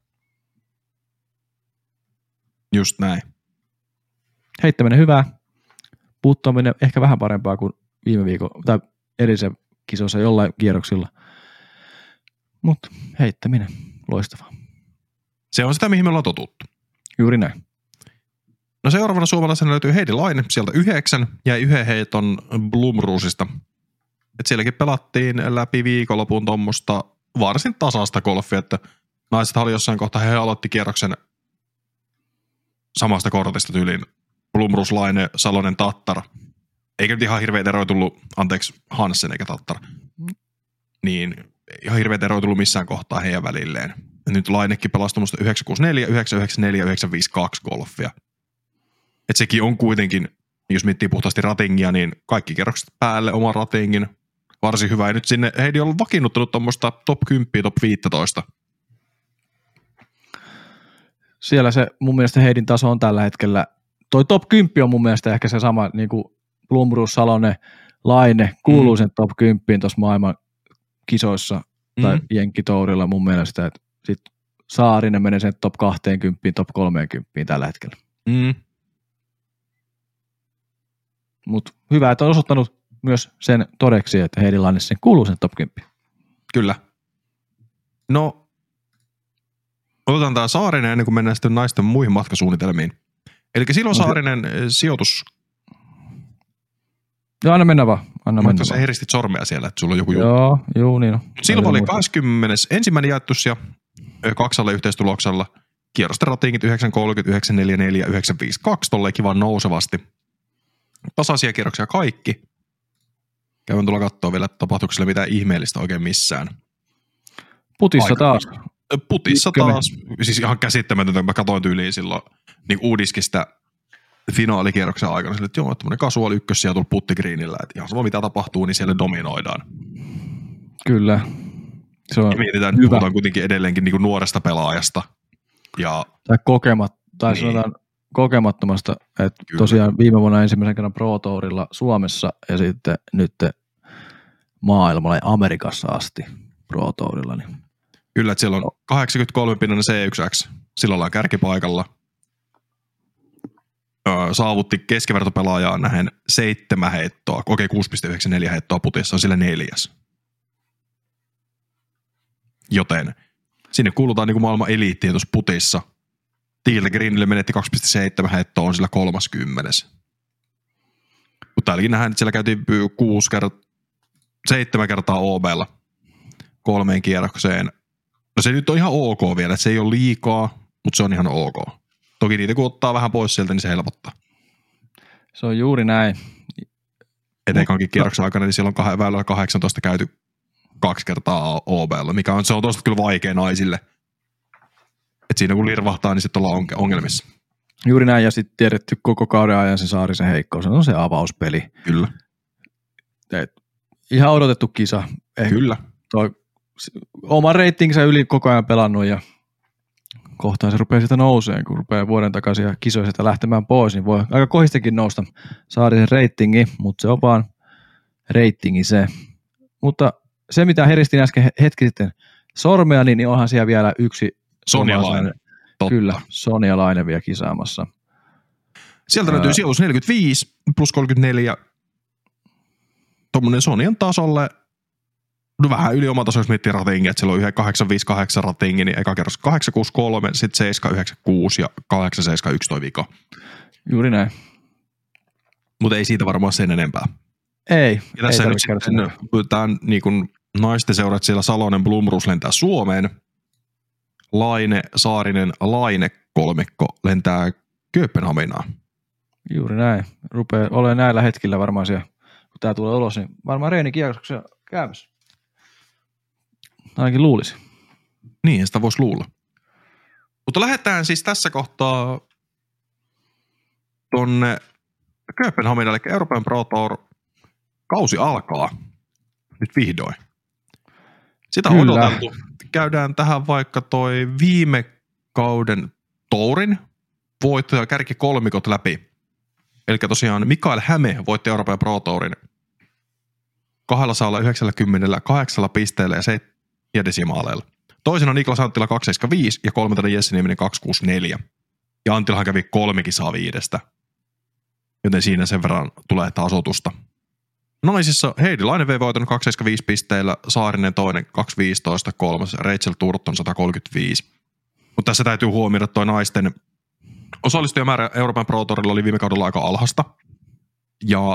Just näin. Heittäminen hyvää. Puuttuminen ehkä vähän parempaa kuin viime viikon tai edellisen kisossa jollain kierroksilla. Mutta heittäminen, loistavaa. Se on sitä, mihin me ollaan totuttu. Juuri näin. No seuraavana suomalaisena löytyy Heidi Laine, sieltä yhdeksän, jäi yhden heiton Blomroosista. Et sielläkin pelattiin läpi viikonlopun tuommoista varsin tasaista golfia, että naiset oli jossain kohtaa, he aloitti kierroksen samasta kortista tyyliin Blomroos, Laine, Salonen, Tattara. Eikä nyt ihan hirveitä eroja tullut, anteeksi, Hansen eikä Tattara. Niin ihan hirveitä eroja tullut missään kohtaa heidän välilleen. Nyt Lainekin pelasi tuommoista yhdeksän kuusi neljä, yhdeksän yhdeksän neljä, yhdeksän viisi kaksi golfia. Et sekin on kuitenkin, jos miettii puhtaasti ratingia, niin kaikki kerrokset päälle oman ratingin. Varsin hyvä. Ja nyt sinne Heidi on vakiinnuttanut tuommoista top kymmenen, top viisitoista. Siellä se mun mielestä Heidin taso on tällä hetkellä. Toi top kymmenen on mun mielestä ehkä se sama, niin kuin Blomroos, Salonen, Laine kuuluu mm. sen top kymmenen tuossa maailman kisoissa tai mm. jenkkitourilla mun mielestä, että sitten Saarinen menee sen top kaksikymmentä, top kolmekymmentä tällä hetkellä. Mm. Mutta hyvä, että on osoittanut myös sen todeksi, että Heidi Laine sen kuuluu sen top kymmenen. Kyllä. No, otetaan tämä Saarinen ennen kuin mennään sitten naisten muihin matkasuunnitelmiin. Eli silloin okay. Saarinen sijoitus. Joo, anna mennä vaan. Anna mennä sä heristit sormea siellä, että sulla on joku juttu. Joo, juu, niin on. Silloin oli kaksikymmentäensimmäinen jaettus ja kaksalle yhteistuloksella. Kierrosten ratingit yhdeksän kolmekymmentä, yhdeksän neljäkymmentäneljä, yhdeksän viisikymmentäkaksi, tolleen kivan nousevasti. Tasaisia kierroksia kaikki. Käyn tulla katsoa vielä, että tapahtuuko sille mitään ihmeellistä oikein missään. Putissa Aika. taas. Putissa Ykkönen. taas. Siis ihan käsittämätöntä, mä katsoin tyyliin silloin niin uudiskista finaalikierroksen aikana. Sille, että joo, tämmöinen casual ykkös siellä tullut puttigriinillä. Että ihan sama mitä tapahtuu, niin siellä dominoidaan. Kyllä. Se on ja mietitään, että puhutaan kuitenkin edelleenkin niin kuin nuoresta pelaajasta. Ja, tai kokemat, tai niin. sanotaan kokemattomasta, että Kyllä. tosiaan viime vuonna ensimmäisen kerran Pro Tourilla Suomessa ja sitten nyt maailmalla ja Amerikassa asti Pro Tourilla. Niin. Kyllä, että siellä on kahdeksankymmentäkolme pinnainen C yksi X, sillä ollaan kärkipaikalla. Öö, saavutti keskivertopelaajaan nähen seitsemän heittoa, okei kuusi pilkku yhdeksänkymmentäneljä heittoa putissa on sillä neljäs. Joten sinne kuulutaan niin kuin maailman eliittiin tuossa putissa. Tiiltä Greenille menetti kaksi pilkku seitsemän heittoa, on sillä kolmaskymmenes. Mutta täälläkin nähdään, että siellä käytiin kuusi kertaa, seitsemän kertaa O B:lla kolmeen kierrokseen. No se nyt on ihan ok vielä, että se ei ole liikaa, mutta se on ihan ok. Toki niitä kun ottaa vähän pois sieltä, niin se helpottaa. Se on juuri näin. Etenkankin kierroksen aikana, niin silloin kah- väylällä kahdeksantoista käyty kaksi kertaa O B:lla, mikä on, se on tosta kyllä vaikea naisille. Että siinä kun lirvahtaa, niin sitten ollaan ongelmissa. Juuri näin, ja sitten tiedetty koko kauden ajan se Saarisen heikkous, se on se avauspeli. Kyllä. Et ihan odotettu kisa. Eh, Kyllä. Toi, oma reitinginsä yli koko ajan pelannut, ja kohtaan se rupeaa sitä nouseen, kun rupeaa vuoden takaisin kisoista lähtemään pois, niin voi aika kohistakin nousta Saarisen reitingi, mutta se on vaan reitingi se. Mutta se, mitä heristin äsken hetki sitten sormea, niin onhan siellä vielä yksi Sonja Laine. Kyllä, Sonja Laine vielä kisaamassa. Sieltä löytyy sijoitus neljäkymmentäviisi plus kolmekymmentäneljä. Tuommoinen Sonjan tasolle, no vähän yli oma taso, jos miettii ratingi, että siellä on yhden kahdeksan viisi kahdeksan ratingi, niin eka kerros kahdeksan kuusi kolme, sitten seitsemän yhdeksän kuusi ja kahdeksan seitsemän yksi toi vika. Juuri näin. Mutta ei siitä varmaan sen enempää. Ei. Ja tässä ei nyt sitten tämän niin kuin naisten seurat siellä Salonen Blomroos lentää Suomeen. Laine, Saarinen, Laine kolmikko lentää Kööpenhaminaan. Juuri näin. Rupeaa olemaan näillä hetkillä varmaan siellä, kun tämä tulee ulos, niin varmaan reenikierroksia käymässä. Ainakin luulisi. Niin, sitä voisi luulla. Mutta lähdetään siis tässä kohtaa tonne Kööpenhaminalle, eli Euroopan Pro Tour kausi alkaa nyt vihdoin. Sitä on Kyllä. odoteltu. Käydään tähän vaikka toi viime kauden tourin voitto ja kärki kolmikot läpi. Eli tosiaan Mikael Häme voitti Euroopan Pro Tourin kaksisataayhdeksänkymmentäkahdeksan pisteellä ja se ja desimaaleilla. Toisena Niklas Anttila kaksi seitsemänkymmentäviisi ja kolmantena Jesse Nieminen kaksi kuusikymmentäneljä. Ja Anttilahan kävi kolme kisaa viidestä. Joten siinä sen verran tulee tasoitusta. Naisissa Heidi Laine vei voiton kaksi seitsemänkymmentäviisi pisteillä, Saarinen toinen kaksi viisitoista, kolmas Rachel Turton sata kolmekymmentäviisi. Mutta tässä täytyy huomioida, että toi naisten osallistujamäärä Euroopan Pro Tourilla oli viime kaudella aika alhasta. Ja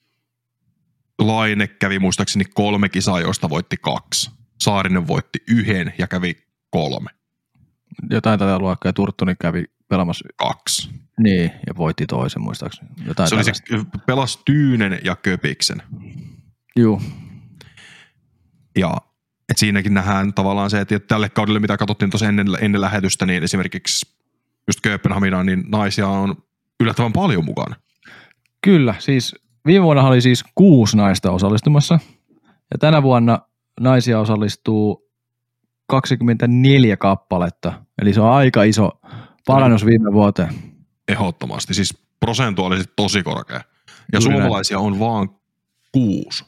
Laine kävi muistaakseni kolme kisaa, joista voitti kaksi. Saarinen voitti yhden ja kävi kolme. Jotain tätä luokkaa ja Turttoni kävi pelaamassa. Kaksi. Niin, ja voitti toisen muistaakseni. Jotain se oli se, pelasi Tyynen ja Köpiksen. Juu. Ja et siinäkin nähdään tavallaan se, että tälle kaudelle, mitä katsottiin tuossa ennen, ennen lähetystä, niin esimerkiksi just Kööpenhaminaan, niin naisia on yllättävän paljon mukana. Kyllä, siis viime vuonna oli siis kuusi naista osallistumassa, ja tänä vuonna naisia osallistuu kaksikymmentäneljä kappaletta, eli se on aika iso parannus viime vuoteen. Ehdottomasti, siis prosentuaalisesti tosi korkea. Ja Juuri suomalaisia näin. On vaan kuusi.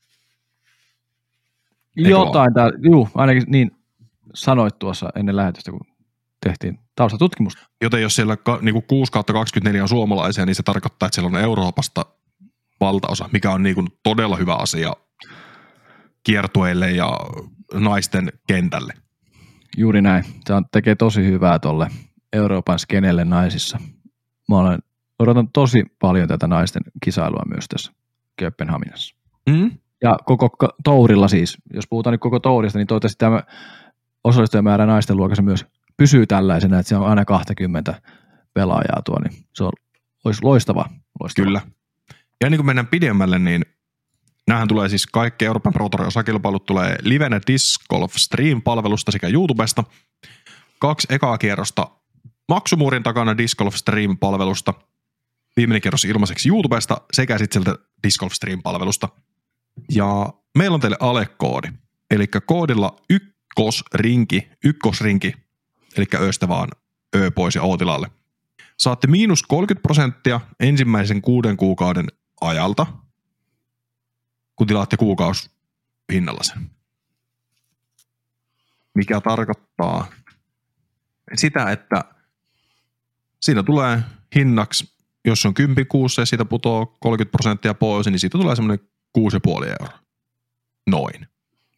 Jotain tää, juu, ainakin niin sanoit tuossa ennen lähetystä, kun tehtiin taustatutkimusta. Joten jos siellä niinku kuusi kautta kaksikymmentäneljä on suomalaisia, niin se tarkoittaa, että siellä on Euroopasta valtaosa, mikä on niinku todella hyvä asia kiertueille ja naisten kentälle. Juuri näin. Se on, tekee tosi hyvää tolle Euroopan skenelle naisissa. Mä olen, odotan tosi paljon tätä naisten kisailua myös tässä Kööpenhaminassa. Mm. Ja koko tourilla siis, jos puhutaan nyt koko tourista, niin toivottavasti tämä osallistujamäärä naisten luokassa myös pysyy tällaisena, että se on aina kaksikymmentä pelaajaa tuo, niin se on, olisi loistava, loistava. Kyllä. Ja niin kuin mennään pidemmälle, niin näähän tulee siis kaikki Euroopan Pro Tourin osakilpailut tulee livenä Disc Golf Stream-palvelusta sekä YouTubesta. Kaksi ekaa kierrosta maksumuurin takana Disc Golf Stream-palvelusta. Viimeinen kierros ilmaiseksi YouTubesta sekä sitten sieltä Disc Golf Stream-palvelusta. Ja meillä on teille alekoodi. eli koodilla ykkösrinki, ykkösrinki, eli öistä vaan ö pois ja o tilalle. Saatte miinus kolmekymmentä prosenttia ensimmäisen kuuden kuukauden ajalta, kun tilaatte kuukausihinnalla sen. Mikä tarkoittaa sitä, että siinä tulee hinnaksi, jos on kymmenen kuussa ja siitä putoo kolmekymmentä prosenttia pois, niin siitä tulee semmoinen kuusi pilkku viisi euroa. Noin.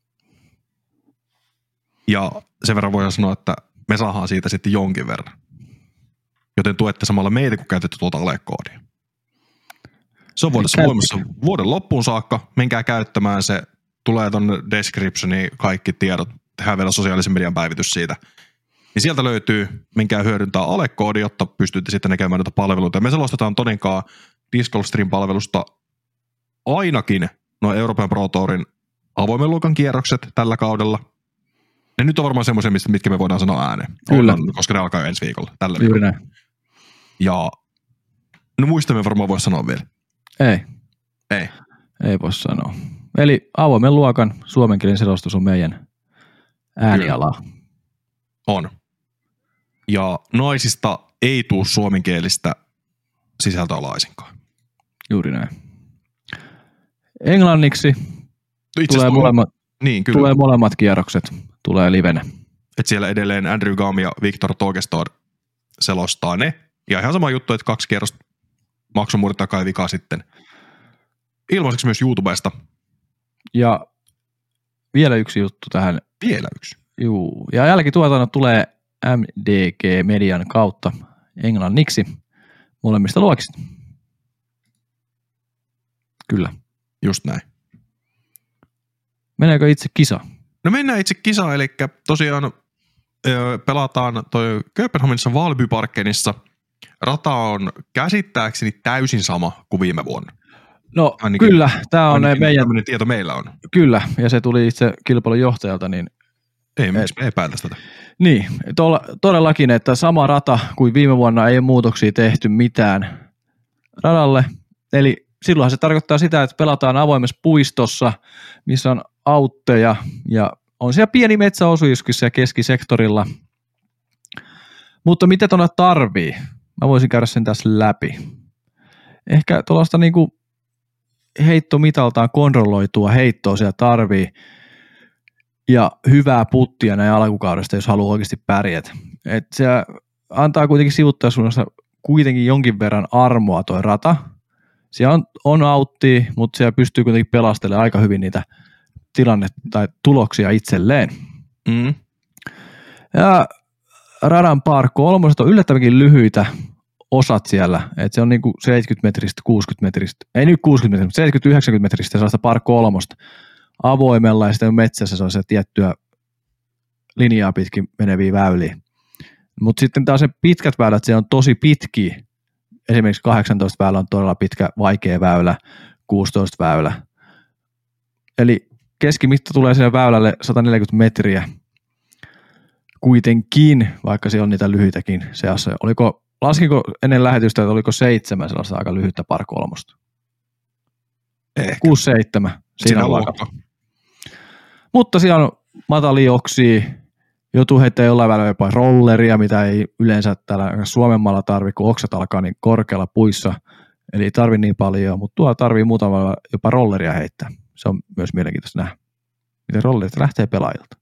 Ja sen verran voidaan sanoa, että me saadaan siitä sitten jonkin verran. Joten tuette samalla meitä, kun käytätte tuota alekoodia. Se on vuodessa voimassa vuoden loppuun saakka. Menkää käyttämään se. Tulee tuonne descriptioniin kaikki tiedot. Tehdään vielä sosiaalisen median päivitys siitä. Niin sieltä löytyy, menkää hyödyntää alekoodi, jotta pystytte sitten näkemään noita palveluita. Me selostetaan todenkaan Disc Golf Stream-palvelusta ainakin nuo Euroopan Pro Tourin avoimen luokan kierrokset tällä kaudella. Ne nyt on varmaan semmoisia, mitkä me voidaan sanoa ääneen. Kyllä. On, koska ne alkaa jo ensi viikolla. Tällä Juuri viikolla. näin. Ja no muista me varmaan voisi sanoa vielä. Ei. Ei. Ei voi sanoa. Eli avoimen luokan suomenkielinen selostus on meidän äänialaa. On. Ja naisista ei tule suomenkielistä sisältöä laisinkaan. Juuri näin. Englanniksi tulee molemmat, niin, kyllä. tulee molemmat kierrokset. Tulee livenä. Et siellä edelleen Andrew Gam ja Victor Togestad selostaa ne. Ja ihan sama juttu, että kaksi kierrosta maksun muodittaa kai vikaa sitten. Ilmaiseksi myös YouTubesta. Ja vielä yksi juttu tähän. Vielä yksi. Juu. Ja jälkituotannot tulee M D G-median kautta englanniksi molemmista luokista. Kyllä. Just näin. Meneekö itse kisa? No mennään itse kisaan, eli tosiaan öö, pelataan toi Kööpenhaminassa Valbyparkenissa. Rata on käsittääkseni täysin sama kuin viime vuonna. No ainakin, kyllä, tämä on meidän... Tämmöinen tieto meillä on. Kyllä, ja se tuli itse kilpailun johtajalta, niin... Ei, miksi me epäiltäisi tätä? Niin, tolla, todellakin, että sama rata kuin viime vuonna ei ole muutoksia tehty mitään radalle. Eli silloinhan se tarkoittaa sitä, että pelataan avoimessa puistossa, missä on autteja ja on siellä pieni metsäosuuskin siellä keskisektorilla. Mutta mitä tuonne tarvii? Mä voisin käydä sen tässä läpi. Ehkä tuollaista niinku heittomitaltaan kontrolloitua heittoa siellä tarvii ja hyvää puttia näin alkukaudesta, jos haluaa oikeasti pärjätä. Et se antaa kuitenkin sivuttaisuudessa kuitenkin jonkin verran armoa toi rata. Siellä on, on auttia, mutta siellä pystyy kuitenkin pelastelemaan aika hyvin niitä tilanne- tai tuloksia itselleen. Mm. Ja radan par kolmoset on yllättävänkin lyhyitä osat siellä, että se on niinku seitsemänkymmentä metristä, kuusikymmentä metristä, ei nyt kuusikymmentä metristä, seitsemänkymmentä yhdeksänkymmentä metristä sellaista par kolmosta avoimella ja sitten metsässä sellaisia tiettyä linjaa pitkin meneviä väyliä. Mutta sitten taas se pitkät väylät, se on tosi pitkiä. Esimerkiksi kahdeksantoista väylä on todella pitkä, vaikea väylä, kuusitoista väylä. Eli keskimitta tulee siellä väylälle sata neljäkymmentä metriä. Kuitenkin, vaikka siellä on niitä lyhyitäkin seassa. Oliko, laskinko ennen lähetystä, että oliko seitsemän sellaista aika lyhyttä par kolmosta? Ehkä. Kuusi seitsemän. Siinä on luokka. Mutta siellä on matalia oksia. Joutuu heittämään jollain välillä jopa rolleria, mitä ei yleensä täällä Suomen maalla tarvitse, kun oksat alkaa niin korkealla puissa. Eli ei tarvitse niin paljon, mutta tuolla tarvii muutamalla jopa rolleria heittää. Se on myös mielenkiintoista nähdä, miten rollerit lähtee pelaajilta.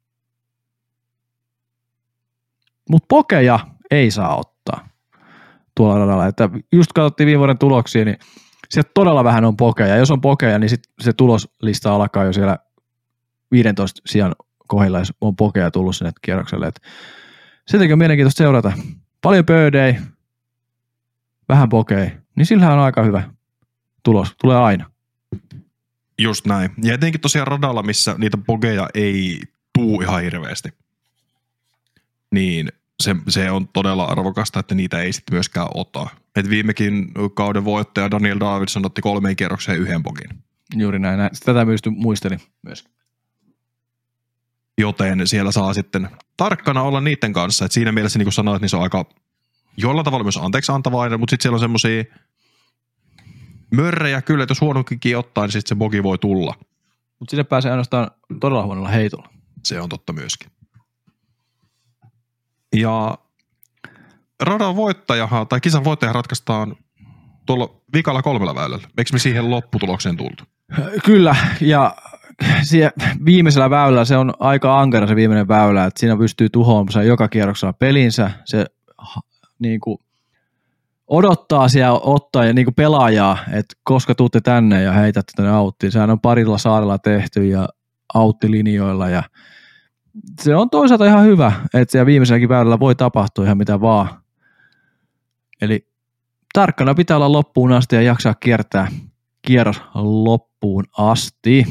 Mutta pokeja ei saa ottaa tuolla radalla. Että just katsottiin viime vuoden tuloksia, niin sieltä todella vähän on pokeja. Jos on pokeja, niin sit se tuloslista alkaa jo siellä viidentoista sijan kohdilla, jos on pokeja tullut sinne kierrokselle. Et sitäkin on mielenkiintoista seurata. Paljon pöydejä, vähän pokeja, niin sillä on aika hyvä tulos. Tulee aina. Just näin. Ja etenkin tosiaan radalla, missä niitä pokeja ei tuu ihan hirveästi, niin se, se on todella arvokasta, että niitä ei sitten myöskään ota. Et viimekin kauden voittaja Daniel Davidson otti kolmeen kierrokseen yhden pokin. Juuri näin. näin. Tätä myös muistelin myös. Joten siellä saa sitten tarkkana olla niiden kanssa. Et siinä mielessä, niin kuin sanoit, niin se on aika jollain tavalla myös anteeksi antavainen, mutta sitten siellä on semmoisia mörrejä kyllä, että jos huonokinkin ottaa, niin sitten se bogi voi tulla. Mutta sinne pääsee ainoastaan todella huonolla heitolla. Se on totta myöskin. Ja radan voittajahan, tai kisan voittaja ratkaistaan tuolla vikalla kolmella väylällä. Eikö me siihen lopputulokseen tultu? Kyllä, ja siellä viimeisellä väylällä se on aika ankara se viimeinen väylä, että siinä pystyy tuhoamaan joka kierroksella pelinsä. Se niin kuin odottaa siellä ottaa ja niin kuin pelaajaa, että koska tuutte tänne ja heitätte tänne auttiin. Sehän on parilla saarella tehty ja auttilinjoilla ja se on toisaalta ihan hyvä, että siellä viimeiselläkin väylällä voi tapahtua ihan mitä vaan. Eli tarkkana pitää olla loppuun asti ja jaksaa kiertää kierros loppuun asti.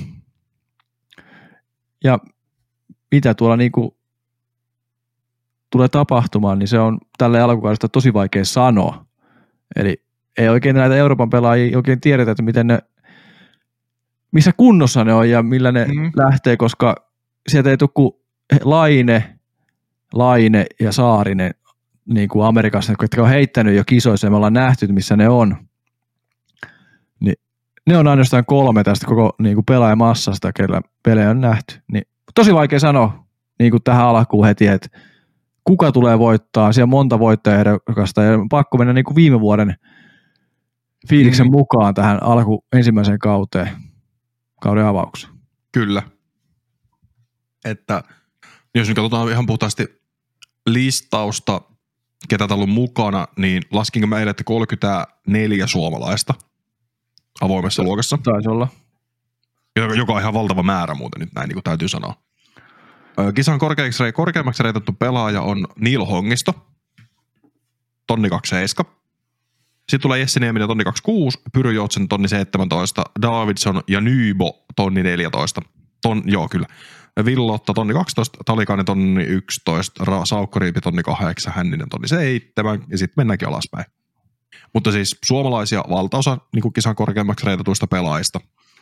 Ja mitä tuolla niinku tulee tapahtumaan, niin se on tälle alkukaudesta tosi vaikea sanoa. Eli ei oikein näitä Euroopan pelaajia oikein tiedetä, että miten ne, missä kunnossa ne on ja millä ne mm. lähtee, koska sieltä ei tule kuin Laine, Laine ja Saarinen niin kuin Amerikassa, jotka on heittänyt jo kisoissa ja me ollaan nähty, missä ne on. Niin ne on ainoastaan kolme tästä koko niin kuin pelaajamassasta, kellä pelejä on nähty. Niin tosi vaikea sanoa niin kuin tähän alkuun heti, että kuka tulee voittaa. Siellä on monta voittajaehdokasta ja pakko mennä niin kuin viime vuoden fiiliksen mm. mukaan tähän alku ensimmäiseen kauteen, kauden avaukseen. Kyllä. Että jos nyt katsotaan ihan puhtaasti listausta, ketä täällä on mukana, niin laskinko mä eilen, että kolmekymmentäneljä suomalaista avoimessa luokassa. Taisi olla. Joka on ihan valtava määrä muuten nyt näin, niin kuin täytyy sanoa. Kisan korkeammaksi, korkeammaksi reitattu pelaaja on Neil Hongisto, tonni kaksikymmentäseitsemän. Sitten tulee Jesse Nieminen, tonni kaksikymmentäkuusi, Pyry Joutsen, tonni seitsemäntoista, Davidson ja Nybo, tonni neljätoista. Ton, joo, kyllä. Villotta, tonni kaksitoista, Talikainen, tonni yksitoista, Ra- Saukkoriipi, tonni kahdeksan, Hänninen, tonni seitsemän, ja sitten mennäänkin alaspäin. Mutta siis suomalaisia valtaosa niin kuin kisan korkeammaksi reitatuista pelaajista.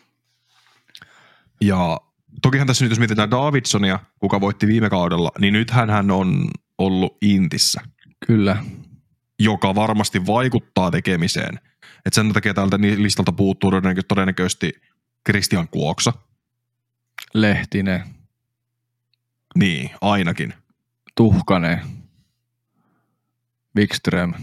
Ja tokihan tässä nyt, jos mietitään Davidsonia, kuka voitti viime kaudella, niin nythän hän on ollut Intissä. Kyllä. Joka varmasti vaikuttaa tekemiseen. Että sen takia täältä listalta puuttuu todennäköisesti Christian Kuoksa. Lehtinen. Niin, ainakin. Tuhkanen. Wikström.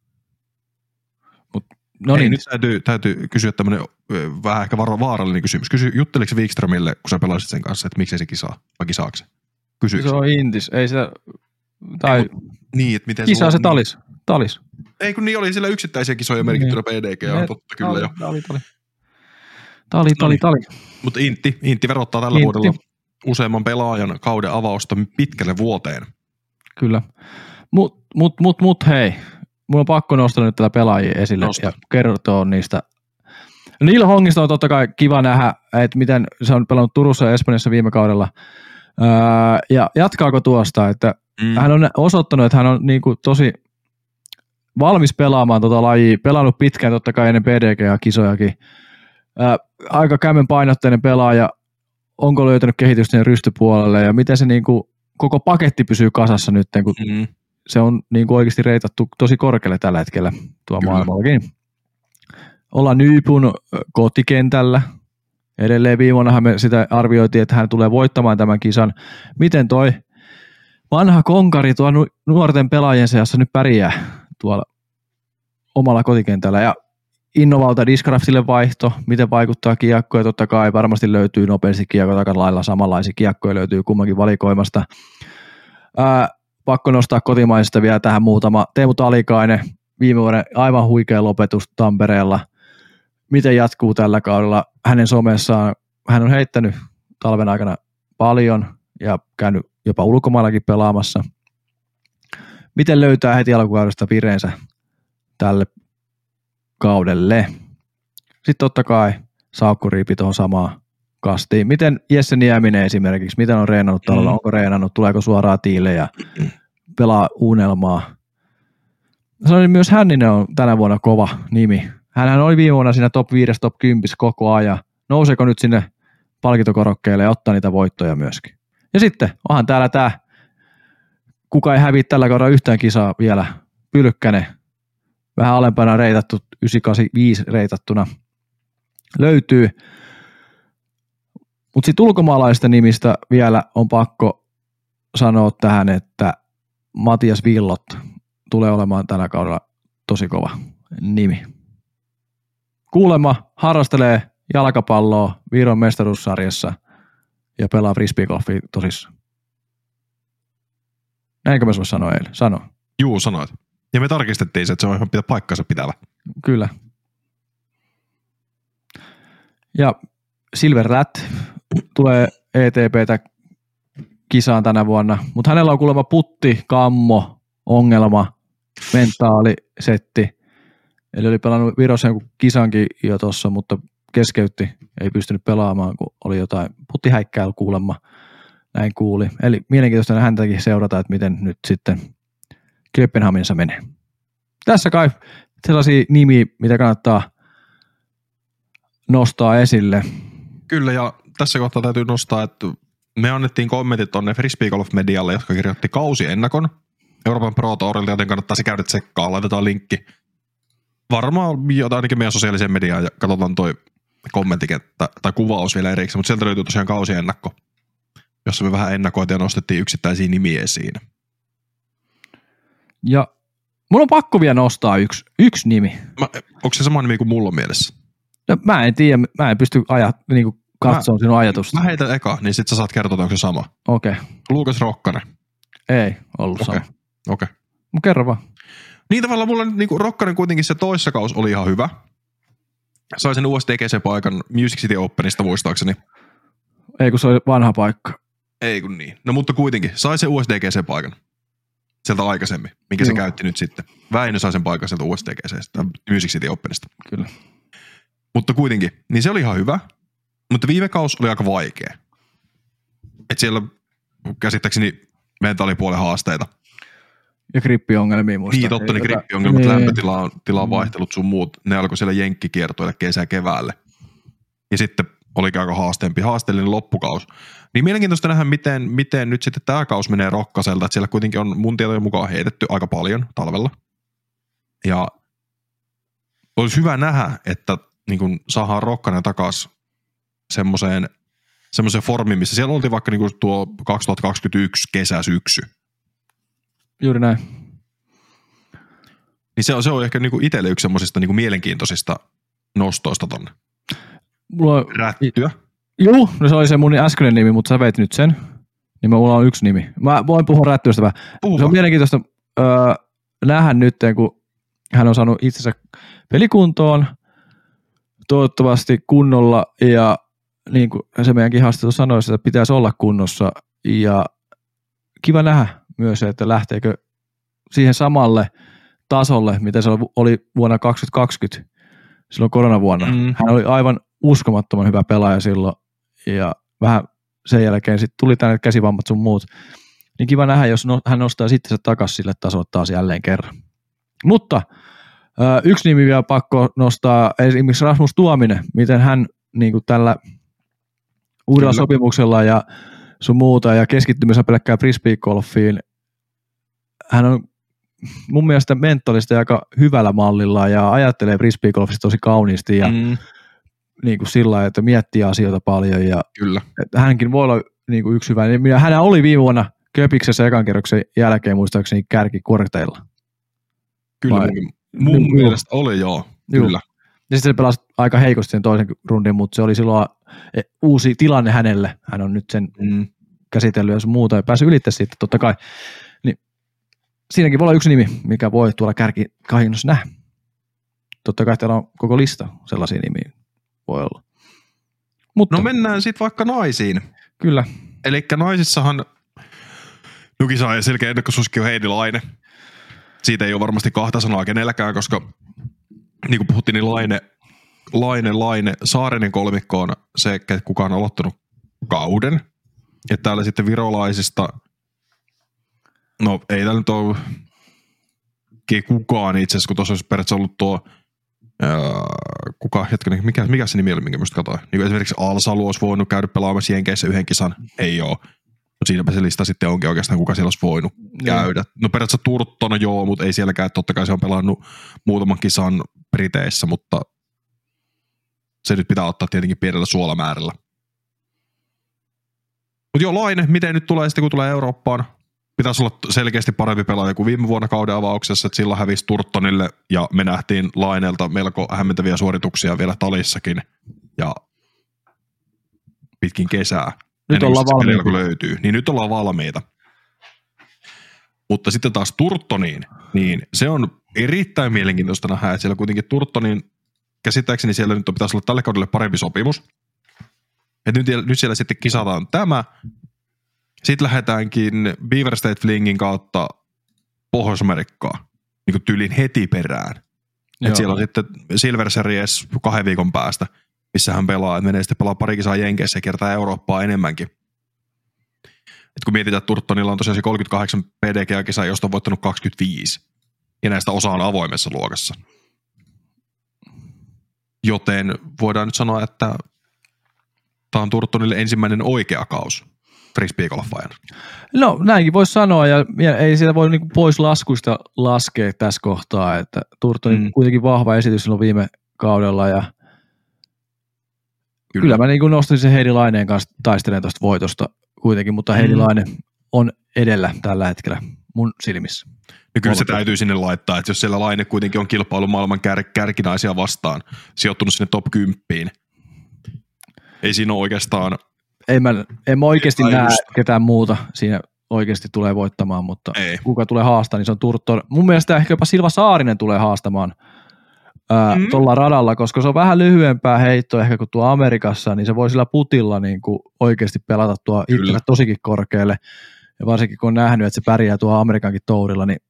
Mut, no Hei, niin. nyt täytyy, täytyy kysyä tämmöinen vähän ehkä vaarallinen kysymys. Kysy, jutteliko Wikströmille, kun sä pelasit sen kanssa, että miksei se kisaa, vai kisaako se? Kysyykö se on Intis, ei se, tai ei, mut, niin, että miten kisaa se, se talis. talis. Ei kun niin oli sillä yksittäisiä kisoja merkittynä P D G, on totta kyllä jo. Tali, tali. Tali, tali, tali. Mutta Intti, Intti verottaa tällä Intti. vuodella useamman pelaajan kauden avausta pitkälle vuoteen. Kyllä. Mut, mut, mut, mut hei, mun on pakko nostaa nyt tätä pelaajia esille Nosta. ja kertoa niistä. Neil Hongista on totta kai kiva nähdä, että miten se on pelannut Turussa ja Espanjassa viime kaudella. Öö, ja jatkaako tuosta, että mm. hän on osoittanut, että hän on niinku tosi valmis pelaamaan tota lajia, pelannut pitkään totta kai ennen P D G-kisojakin. Öö, aika kämmen painotteinen pelaaja, onko löytänyt kehitystä sen rystypuolelle ja miten se niinku koko paketti pysyy kasassa nyt, kun mm. se on niinku oikeasti reitattu tosi korkealle tällä hetkellä tuo maailmallakin. Ollaan Nyypun kotikentällä. Edelleen viime vuonnahan me sitä arvioitiin, että hän tulee voittamaan tämän kisan. Miten toi vanha konkari tuo nuorten pelaajien seassa nyt pärjää tuolla omalla kotikentällä? Ja Innovalta Discraftille vaihto, miten vaikuttaa kiekkoja? Totta kai varmasti löytyy nopeasti kiekko takalailla, samanlaisia kiekkoja löytyy kummankin valikoimasta. Ää, pakko nostaa kotimaisesta vielä tähän muutama. Teemu Talikainen, viime vuoden aivan huikea lopetus Tampereella. Miten jatkuu tällä kaudella? Hänen somessaan, hän on heittänyt talven aikana paljon ja käynyt jopa ulkomaillakin pelaamassa. Miten löytää heti alkukaudesta vireensä tälle kaudelle? Sitten totta kai Saukkoriipi tuohon samaan kastiin. Miten Jesse Nieminen esimerkiksi, miten on reenannut talvella? Mm. Onko reenannut? Tuleeko suoraan tiille ja pelaa unelmaa? Sanoin myös Hänninen on tänä vuonna kova nimi. Hänhän oli viime vuonna siinä top viisi, top kymmenen koko ajan. Nouseeko nyt sinne palkintokorokkeelle ja ottaa niitä voittoja myöskin? Ja sitten onhan täällä tämä, kuka ei häviä tällä kaudella yhtään kisaa vielä, Pylkkänen. Vähän alempana reitattu, yhdeksänsataakahdeksankymmentäviisi reitattuna. Löytyy. Mutta sitten ulkomaalaista nimistä vielä on pakko sanoa tähän, että Matias Villot tulee olemaan tällä kaudella tosi kova nimi. Kuulemma harrastelee jalkapalloa Viron mestaruussarjassa ja pelaa frisbeegolfia tosissaan. Näinkö mä sulle sanoin eilen? Sano. Juu, sanoit. Ja me tarkistettiin se, että se on ihan pitää paikkansa pitävä. Kyllä. Ja Silver Rat tulee E T P:tä kisaan tänä vuonna, mutta hänellä on kuulemma putti, kammo, ongelma, mentaalisetti. Eli oli pelannut Virossa jonkun kisankin jo tuossa, mutta keskeytti, ei pystynyt pelaamaan, kun oli jotain puttihäikkäillä kuulemma. Näin kuuli. Eli mielenkiintoista häntäkin seurata, että miten nyt sitten Kööpenhaminassa menee. Tässä kai sellaisia nimiä, mitä kannattaa nostaa esille. Kyllä, ja tässä kohtaa täytyy nostaa, että me annettiin kommentit tuonne Frisbee Golf Medialle, jotka kirjoitti kausiennakon Euroopan Pro Tourilta, joten kannattaisi käydä tsekkaa. Laitetaan linkki varmaan jotain ainakin meidän sosiaaliseen mediaan ja katsotaan toi kommenttikenttä tai kuvaus vielä erikseen, mutta sieltä löytyy tosiaan kausiennakko, jossa me vähän ennakoitiin ja nostettiin yksittäisiä nimiä esiin. Ja mulla on pakko vielä nostaa yksi, yksi nimi. Mä, onko se sama nimi kuin mulla on mielessä? No, mä en tiedä, mä en pysty ajat, niin katsomaan sinun ajatusta. Mä heitän eka, niin sit sä saat kertoa, onko se sama. Okei. Okay. Luukas Rokkanen. Ei ollut okay. sama. Okei. Okay. Mut kerro vaan. Niin tavallaan mulla niin Rokkanen kuitenkin se toissakaus oli ihan hyvä. Sai sen U S D G C-paikan Music City Openista muistaakseni. Ei kun se oli vanha paikka. Ei kun niin. No mutta kuitenkin, sai se U S D G C-paikan. Sieltä aikaisemmin, minkä Joo. se käytti nyt sitten. Väinö sai sen paikan sieltä U S D G C:stä, Music City Openista. Kyllä. Mutta kuitenkin, niin se oli ihan hyvä, mutta viime kaus oli aika vaikea. Että siellä käsittääkseni mentaalipuolen haasteita. Ja grippiongelmia muista. Niin, totta, niin grippiongelmat, lämpötilan tilan vaihtelut sun muut, ne alkoi siellä jenkkikiertoille kesä keväälle. Ja sitten olikin aika haasteempi, haasteellinen loppukaus. Niin mielenkiintoista nähdä, miten, miten nyt sitten tämä kaus menee Rokkaselta, että siellä kuitenkin on mun tietojen mukaan heitetty aika paljon talvella. Ja olisi hyvä nähdä, että niin kun saadaan Rokkanen takaisin semmoiseen semmoiseen formiin, missä siellä oltiin vaikka niin kuin tuo kaksituhattakaksikymmentäyksi kesä-syksy. Juuri näin. Niin se on, se on ehkä niin kuin itselle yksi semmoisista niin kuin mielenkiintoisista nostoista tonne. Mulla on... Rättyä. Juu, no se oli se mun äskeinen nimi, mutta sä veit nyt sen. Niin mulla on yksi nimi. Mä voin puhua Rättyöstä vähän. Puhuva. Se on mielenkiintoista öö, nähdä nyt, kun hän on saanut itsensä pelikuntoon, toivottavasti kunnolla, ja niin kuin se meidänkin haastattelu sanoi, että pitäisi olla kunnossa, ja kiva nähdä myös se, että lähteekö siihen samalle tasolle, mitä se oli vuonna kaksituhattakaksikymmentä, silloin koronavuonna. Mm. Hän oli aivan uskomattoman hyvä pelaaja silloin, ja vähän sen jälkeen sitten tuli tänne käsivammat sun muut. Niin kiva nähdä, jos no, hän nostaa sitten se takaisin sille tasolle taas jälleen kerran. Mutta ö, yksi nimi vielä pakko nostaa, esimerkiksi Rasmus Tuominen, miten hän niin kuin tällä uudella Kyllä. sopimuksella ja sun muuta ja keskittymisellä pelkkää frisbeegolfiin, hän on mun mielestä mentalista aika hyvällä mallilla ja ajattelee frisbeegolfista tosi kauniisti ja mm. niin kuin sillä lailla, että miettii asioita paljon. Ja Kyllä. Että hänkin voi olla niin kuin yksi hyvä. Hän oli viime vuonna Köpiksessä ekan kerroksen jälkeen muistaakseni kärkikorteilla. Kyllä, Vai? mun, mun niin, mielestä oli joo. Juu. Kyllä. Ja sitten se pelasi aika heikosti sen toisen rundin, mutta se oli silloin uusi tilanne hänelle. Hän on nyt sen mm. käsitellyt ja sun muuta ja päässyt ylittämään siitä totta kai. Niin, siinäkin voi olla yksi nimi, mikä voi tuolla kärkikahinnossa nähdä. Totta kai täällä on koko lista sellaisia nimiä voi olla. Mutta, no mennään sitten vaikka naisiin. Kyllä. Elikkä naisissahan Nukisa ja selkeä ennakkosuosikki on Heidi Laine. Siitä ei ole varmasti kahta sanaa kenelläkään, koska niin kuin puhuttiin, niin Laine, Laine, Laine, Saarinen kolmikko on se, kuka on aloittanut kauden. Ja täällä sitten virolaisista, no ei täällä nyt ole kukaan itse asiassa, kun tuossa olisi periaatteessa ollut tuo, ää, kuka, hetkinen, mikä, mikä se nimi oli, minkä musta katsoin. Niin esimerkiksi Alsalu olisi voinut käydä pelaamassa Jenkeissä yhden kisan, ei ole. No siinäpä se lista sitten onkin oikeastaan, kuka siellä olisi voinut mm. käydä. No periaatteessa Turttona joo, mutta ei sielläkään, totta kai se on pelannut muutaman kisan Briteissä, mutta se nyt pitää ottaa tietenkin pienellä suolamäärällä. Mutta joo, Laine, miten nyt tulee sitten, kun tulee Eurooppaan? Pitäisi olla selkeästi parempi pelaaja kuin viime vuonna kauden avauksessa, että silloin hävisi Turttonille ja me nähtiin Lainelta melko hämmentäviä suorituksia vielä Talissakin ja pitkin kesää. Nyt ollaan valmiita. Kun löytyy, niin nyt ollaan valmiita. Mutta sitten taas Turttoniin, niin se on erittäin mielenkiintoista nähdä, että siellä kuitenkin Turttonin, käsittääkseni siellä nyt pitäisi olla tälle kaudelle parempi sopimus. Et nyt, nyt siellä sitten kisataan tämä. Sitten lähdetäänkin Beaver State Flingin kautta Pohjois-Amerikkaan, niin kuin tyylin heti perään. Et siellä on sitten Silver Series kahden viikon päästä, missä hän pelaa. Et menee sitten pelaa pari kisaa Jenkeissä ja kiertää Eurooppaa enemmänkin. Et kun mietitään, että Turttonilla on tosiaan se kolmekymmentäkahdeksan P D G A-kisaa, josta on voittanut kaksikymmentäviisi. Ja näistä osa on avoimessa luokassa. Joten voidaan nyt sanoa, että tämä on Turttonille ensimmäinen oikea kaus frisbeegolfajana. No näinkin voisi sanoa, ja, ja ei sitä voi niinku pois laskuista laskea tässä kohtaa, että Turttonin mm. kuitenkin vahva esitys silloin viime kaudella, ja kyllä, kyllä mä niinku nostin sen Heidi Laineen kanssa taistelemaan tuosta voitosta kuitenkin, mutta Heidi mm. Laine on edellä tällä hetkellä mun silmissä. Ja kyllä se täytyy sinne laittaa, että jos siellä Laine kuitenkin on kilpailu maailman kär, kärkinaisia vastaan, sijoittunut sinne top kymmeneen, ei siinä ole oikeastaan... Ei mä, en mä oikeasti näe ketään muuta siinä oikeasti tulee voittamaan, mutta ei. Kuka tulee haastamaan, niin se on Turtton. Mun mielestä ehkä jopa Silva Saarinen tulee haastamaan ää, mm. tuolla radalla, koska se on vähän lyhyempää heittoa ehkä kuin tuo Amerikassa, niin se voi sillä putilla niin kuin oikeasti pelata tuo itsellä tosikin korkealle. Ja varsinkin kun on nähnyt, että se pärjää tuo Amerikankin tourilla, niin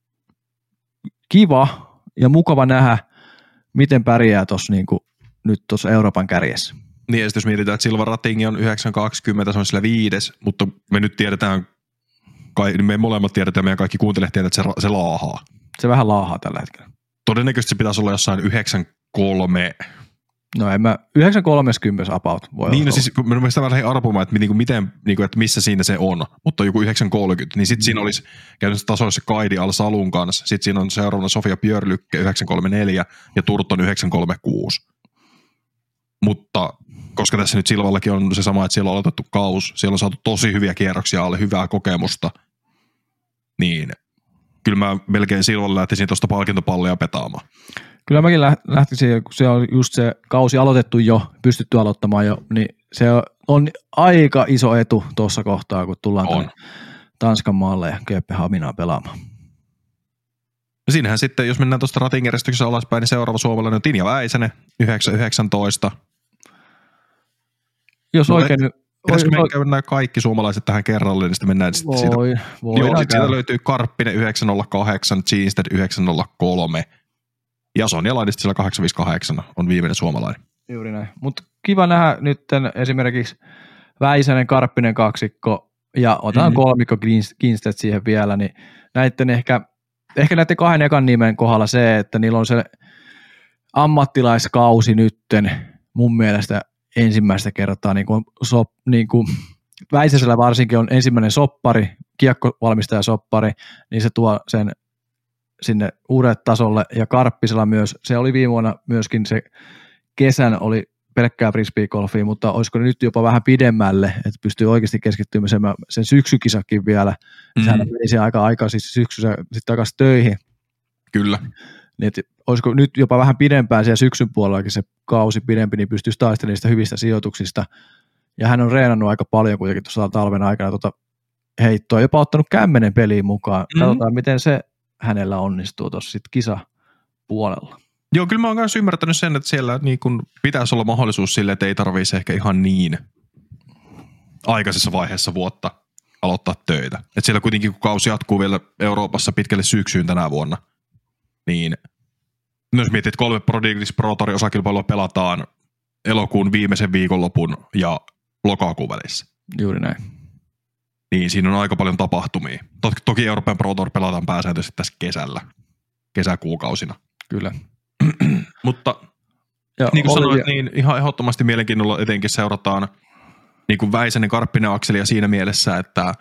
kiva ja mukava nähdä, miten pärjää tuossa niin kuin nyt tuossa Euroopan kärjessä. Niin, ja jos mietitään, että Silva Ratingi on yhdeksän kaksikymmentä, se on sillä viides, mutta me nyt tiedetään, me molemmat tiedetään, meidän kaikki kuuntelijat tiedät, että se, se laahaa. Se vähän laahaa tällä hetkellä. Todennäköisesti se pitäisi olla jossain yhdeksän kolme. No en mä, yhdeksän kolmekymmentä about voi niin, no siis kun mä sitä vähän lähdin arpomaan, että, niinku, miten, niinku, että missä siinä se on, mutta joku yhdeksän kolmekymmentä, niin sitten mm. siinä olisi käytännössä tasoissa Kaidi Al-Salun kanssa, sitten siinä on seuraavana Sofia Björlykke yhdeksän kolmekymmentäneljä ja Turton yhdeksän kolmekymmentäkuusi. Mutta koska tässä nyt Silvallakin on se sama, että siellä on aloitettu kaus, siellä on saatu tosi hyviä kierroksia alle, hyvää kokemusta, niin kyllä mä melkein Silvalle lähtisin tuosta palkintopallia petaamaan. Kyllä mäkin lähtisin, kun se on just se kausi aloitettu jo, pystytty aloittamaan jo, niin se on aika iso etu tuossa kohtaa, kun tullaan tänne Tanskan maalle ja Kööpenhaminaan pelaamaan. Ja siinähän sitten, jos mennään tuosta ratingeristyksessä alaspäin, niin seuraava suomalainen on Tinja Väisänen, yhdeksän yhdeksäntoista. Jos no, oikein... Pitäisikö meidän käydä nämä kaikki suomalaiset tähän kerralle, niin sitten mennään sitten siitä. Voi, voi. Joo, sitten sieltä löytyy Karppinen yhdeksän nolla kahdeksan, Jeansted yhdeksän nolla kolme ja Sonja Lainista siellä kahdeksan viisi kahdeksan on viimeinen suomalainen. Juuri näin. Mutta kiva nähdä nyt esimerkiksi Väisänen, Karppinen kaksikko ja otetaan mm-hmm. kolmikko Jeansted siihen vielä, niin näiden ehkä, ehkä näiden kahden ekan nimen kohdalla se, että niillä on se ammattilaiskausi nytten mun mielestä ensimmäistä kertaa, niin kuin, sop, niin kuin Väisäsellä varsinkin on ensimmäinen soppari, kiekkovalmistaja soppari, niin se tuo sen sinne uudelle tasolle, ja Karppisella myös, se oli viime vuonna myöskin se kesän oli pelkkää frisbeegolfia, mutta olisiko nyt jopa vähän pidemmälle, että pystyy oikeasti keskittymään sen, sen syksykisakin vielä, mm-hmm. sehän meni se aika aikaa siis syksyssä sitten takaisin töihin. Kyllä. Niin, että olisiko nyt jopa vähän pidempään siellä syksyn puolellakin se kausi pidempi, niin pystyisi taistelemaan niistä hyvistä sijoituksista. Ja hän on reenannut aika paljon kuitenkin tuossa talven aikana tuota heittoa, jopa ottanut kämmenen peliin mukaan. Mm-hmm. Katsotaan, miten se hänellä onnistuu tuossa sitten kisapuolella. Joo, kyllä mä oon myös ymmärtänyt sen, että siellä niin kun pitäisi olla mahdollisuus sille, että ei tarvitsisi ehkä ihan niin aikaisessa vaiheessa vuotta aloittaa töitä. Että siellä kuitenkin, kun kausi jatkuu vielä Euroopassa pitkälle syksyyn tänä vuonna, niin myös mietit, että kolme Prodigris Pro Tourin osakilpailua pelataan elokuun viimeisen viikonlopun ja lokakuun välissä. Juuri näin. Niin siinä on aika paljon tapahtumia. Toki Euroopan Pro Tour pelataan pääsääntöisesti tässä kesällä, kesäkuukausina. Kyllä. Mutta ja niin kuin sanoit, niin ihan ehdottomasti mielenkiinnolla etenkin seurataan niin kuin Väisänen Karppinen akselia siinä mielessä, että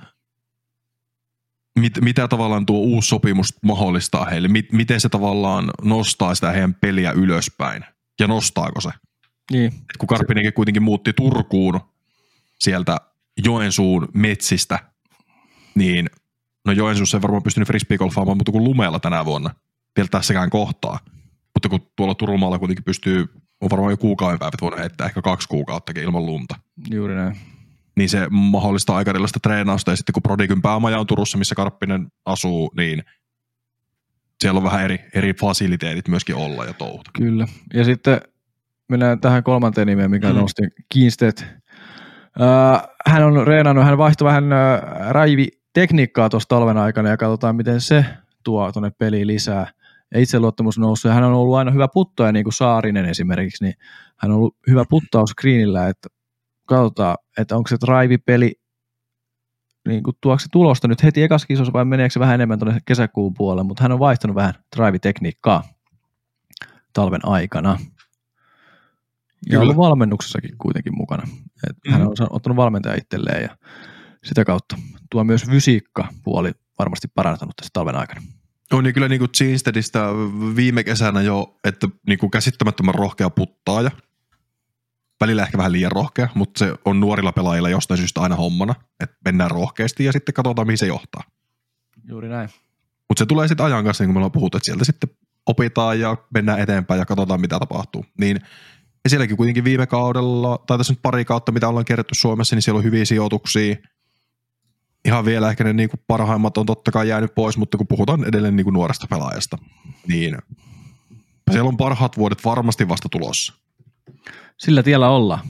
mit, mitä tavallaan tuo uusi sopimus mahdollistaa heille, mit, miten se tavallaan nostaa sitä heidän peliä ylöspäin ja nostaako se. Niin. Et kun Karppinenkin kuitenkin muutti Turkuun sieltä Joensuun metsistä, niin no Joensuussa ei varmaan pystynyt frisbeegolfaamaan, mutta kuin lumeella tänä vuonna. Vielä tässäkään kohtaa. Mutta kun tuolla Turunmaalla kuitenkin pystyy, on varmaan jo kuukauden päivät voinut heittää, ehkä kaksi kuukauttakin ilman lunta. Juuri näin. Niin se mahdollistaa aika erilaista treenausta. Ja sitten kun Prodigyn päämaja on Turussa, missä Karppinen asuu, niin siellä on vähän eri, eri fasiliteetit myöskin olla ja touhuta. Kyllä. Ja sitten mennään tähän kolmanteen nimeen, mikä mm. nosti Kiinstedt. Uh, hän on reenannut, hän vaihtoi vähän uh, raivitekniikkaa tuossa talven aikana ja katsotaan, miten se tuo tuonne peliin lisää. Ja itseluottamus noussut ja hän on ollut aina hyvä puttaaja, niin kuin Saarinen esimerkiksi, niin hän on ollut hyvä puttaus screenillä, että katsotaan, että onko se drive-peli, niin kuin tuoksi se tulosta nyt heti ekassa kisossa vai meneekö se vähän enemmän tuonne kesäkuun puolelle, mutta hän on vaihtanut vähän drive-tekniikkaa talven aikana. Ja Kyllä. ollut valmennuksessakin kuitenkin mukana. Et mm-hmm. Hän on ottanut valmentaja itselleen ja sitä kautta tuo myös fysiikka-puoli varmasti parantanut tässä talven aikana. On niin kyllä niin kuin Ginstedistä viime kesänä jo, että niin kuin käsittämättömän rohkea puttaaja. Välillä ehkä vähän liian rohkea, mutta se on nuorilla pelaajilla jostain syystä aina hommana, että mennään rohkeasti ja sitten katsotaan, mihin se johtaa. Juuri näin. Mutta se tulee sitten ajan kanssa, niin kuin me ollaan puhuttu, että sieltä sitten opitaan ja mennään eteenpäin ja katsotaan, mitä tapahtuu. Niin ja sielläkin kuitenkin viime kaudella, tai tässä nyt pari kautta, mitä ollaan kerätty Suomessa, niin siellä on hyviä sijoituksia. Ihan vielä ehkä ne niin kuin parhaimmat on totta kai jäänyt pois, mutta kun puhutaan edelleen niin kuin nuoresta pelaajasta, niin siellä on parhaat vuodet varmasti vasta tulossa. Sillä tiellä ollaan.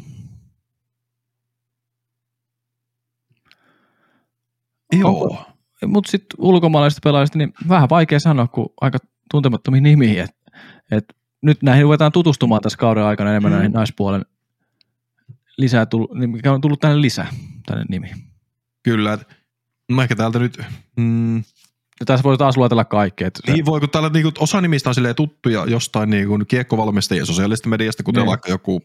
Joo. Mutta sitten ulkomaalaisista pelaajista, niin vähän vaikea sanoa, kun aika tuntemattomia nimiä. Et, et nyt näihin ruvetaan tutustumaan tässä kauden aikana enemmän mm. näihin naispuolen lisää, tullut, mikä on tullut tänne lisää, tänne nimi. Kyllä. No ehkä täältä nyt... Mm, ja tässä voi taas luetella kaikkea. niin voi, kun täällä niinku, osa nimistä on silleen tuttuja jostain niinku kiekkovalmistajien sosiaalisesta mediasta, kuten niin. Vaikka joku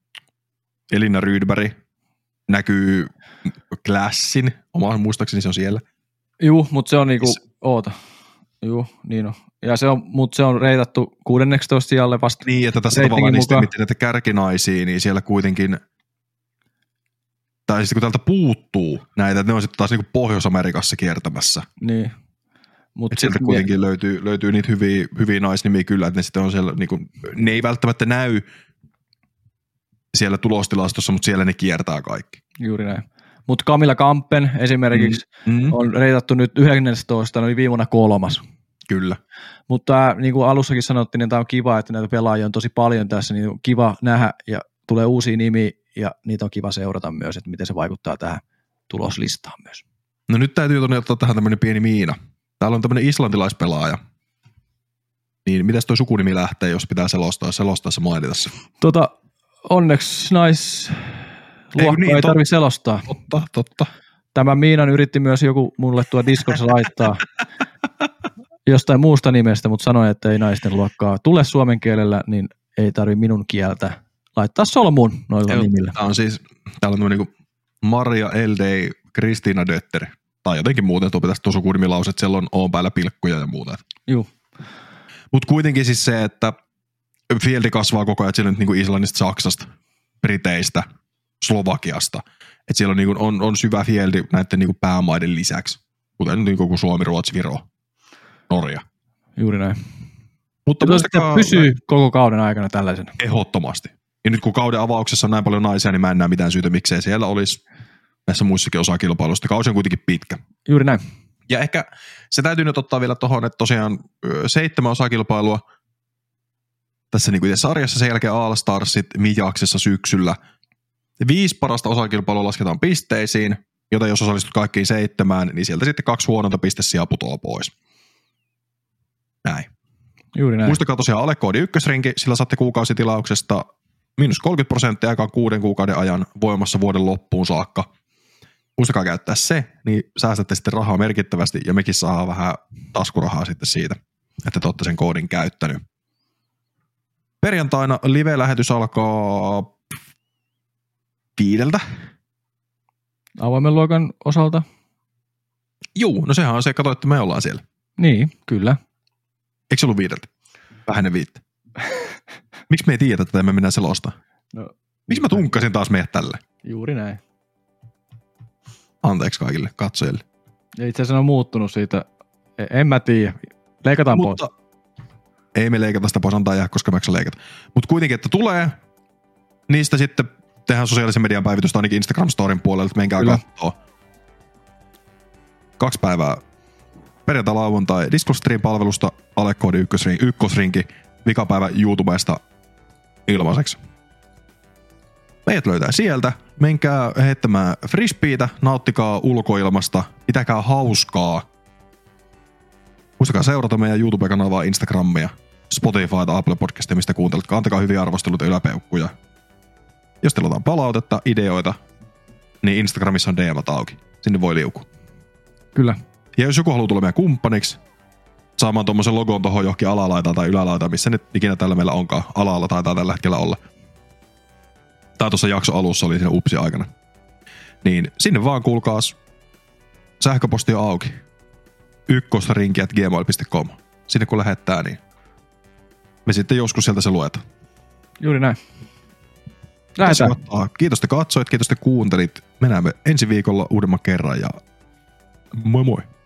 Elina Rydberg näkyy Glassin, omaan muistaakseni se on siellä. Juu, mutta se on niinku, oota. Juu, niin on. Ja se on, mutta se on reitattu kuudennentoista sijalle vasta. Niin, että tässä tavallaan niistä näitä kärkinaisia, niin siellä kuitenkin, tai sitten kun täältä puuttuu näitä, että ne on sitten taas niinku Pohjois-Amerikassa kiertämässä. Niin. Mut sieltä kuitenkin mie- löytyy, löytyy niitä hyviä, hyviä naisnimiä kyllä, että ne sitten on siellä, niinku, ne ei välttämättä näy siellä tulostilastossa, mutta siellä ne kiertää kaikki. Juuri näin. Mutta Camilla Kampen esimerkiksi mm. on reitattu nyt yhdestoista, oli viime vuonna kolmas. Kyllä. Mutta niin kuin alussakin sanottiin, niin tämä on kiva, että näitä pelaajia on tosi paljon tässä, niin on kiva nähdä ja tulee uusia nimiä ja niitä on kiva seurata myös, että miten se vaikuttaa tähän tuloslistaan myös. No nyt täytyy tuonne ottaa tähän tämmöinen pieni miina. Täällä on tämmöinen islantilaispelaaja. Niin mitäs toi sukunimi lähtee, jos pitää selostaa, selostaa se mainita se? Tota, onneksi nais... Luokka ei, niin, ei tarvitse selostaa. Totta, totta. Tämä Miinan yritti myös joku mulle tuo Discordissa laittaa jostain muusta nimestä, mutta sanoi, että ei naisten luokkaa tule suomen kielellä, niin ei tarvi minun kieltä laittaa solmuun noilla ei, nimillä. Tämä on siis, täällä on tämmöinen niin kuin Maria Eldei Kristiina Dötter, tai jotenkin muuten tuo pitäisi tuossa sukunimilause, että siellä on oon päällä pilkkuja ja muuta. Joo. Mutta kuitenkin siis se, että fieldi kasvaa koko ajan, että siellä on niin kuin Islannista, Saksasta, Briteistä, Slovakiasta. Että siellä on, niin kuin, on, on syvä fieldi näiden niin kuin päämaiden lisäksi, kuten niin kuin Suomi, Ruotsi, Viro, Norja. Juuri näin. Mutta muistakaa, pysyy koko kauden aikana tällaisena. Ehdottomasti. Ja nyt kun kauden avauksessa on näin paljon naisia, niin mä en näe mitään syytä, miksei siellä olisi näissä muissakin osakilpailuista. Kausi on kuitenkin pitkä. Juuri näin. Ja ehkä se täytyy nyt ottaa vielä tuohon, että tosiaan seitsemän osakilpailua tässä niin kuin sarjassa, sen jälkeen All Starsit Mijaksessa syksyllä. Viisi parasta osakilpailua lasketaan pisteisiin, joten jos osallistut kaikkiin seitsemään, niin sieltä sitten kaksi huononta pistesijaa putoaa pois. Näin. Juuri näin. Muistakaa tosiaan Alekoodi ykkösrinki, sillä saatte kuukausitilauksesta miinus kolmekymmentä prosenttia aikaan kuuden kuukauden ajan voimassa vuoden loppuun saakka. Muistakaa käyttää se, niin säästätte sitten rahaa merkittävästi ja mekin saa vähän taskurahaa sitten siitä, että te olette sen koodin käyttänyt. Perjantaina live-lähetys alkaa viideltä. Avoimen luokan osalta? Juu, no sehän on se, kato, että me ollaan siellä. Niin, kyllä. Eikö se ollut viideltä? Vähäinen viittä. Miksi me ei tiedä, että me mennään selostaa? No, miksi mä tunkkasin taas meidät tälle? Juuri näin. Anteeksi kaikille katsojille. Ja itse asiassa on muuttunut siitä. En mä tiedä. Leikataan Mutta pois. Ei me leikata sitä pois, antaa jää, koska me ei leikata. Mutta kuitenkin, että tulee, niistä sitten tehdään sosiaalisen median päivitystä ainakin Instagram-storin puolelle, että menkää katsoa. Kaksi päivää perjantai, lauantai Discord Stream-palvelusta, alekoodi ykkösrinki, ykkösrinki, vikapäivä YouTubesta ilmaiseksi. Meidät löytää sieltä, menkää heittämään frisbeitä, nauttikaa ulkoilmasta, pitäkää hauskaa. Muistakaa seurata meidän YouTube-kanavaa, Instagramia, Spotifyta, Apple Podcastia, mistä kuuntelet. Antakaa hyviä arvosteluita ja yläpeukkuja. Jos teillä on palautetta, ideoita, niin Instagramissa on D M:t auki. Sinne voi liukua. Kyllä. Ja jos joku haluaa tulla meidän kumppaniksi, saamaan tuommoisen logon tuohon johonkin alalaitaan tai ylälaitaan, missä nyt ikinä tällä meillä onkaan. Alalla taitaa tällä hetkellä olla. Tai tuossa jakso alussa oli siinä upsi aikana. Niin sinne vaan kuulkaas. Sähköposti on auki. ykkösrinki at gmail piste com. Sinne kun lähettää, niin me sitten joskus sieltä se luetaan. Juuri näin. Lähetään. Kiitos te katsoit, kiitos te kuuntelit. Me näemme ensi viikolla uudemman kerran ja moi moi.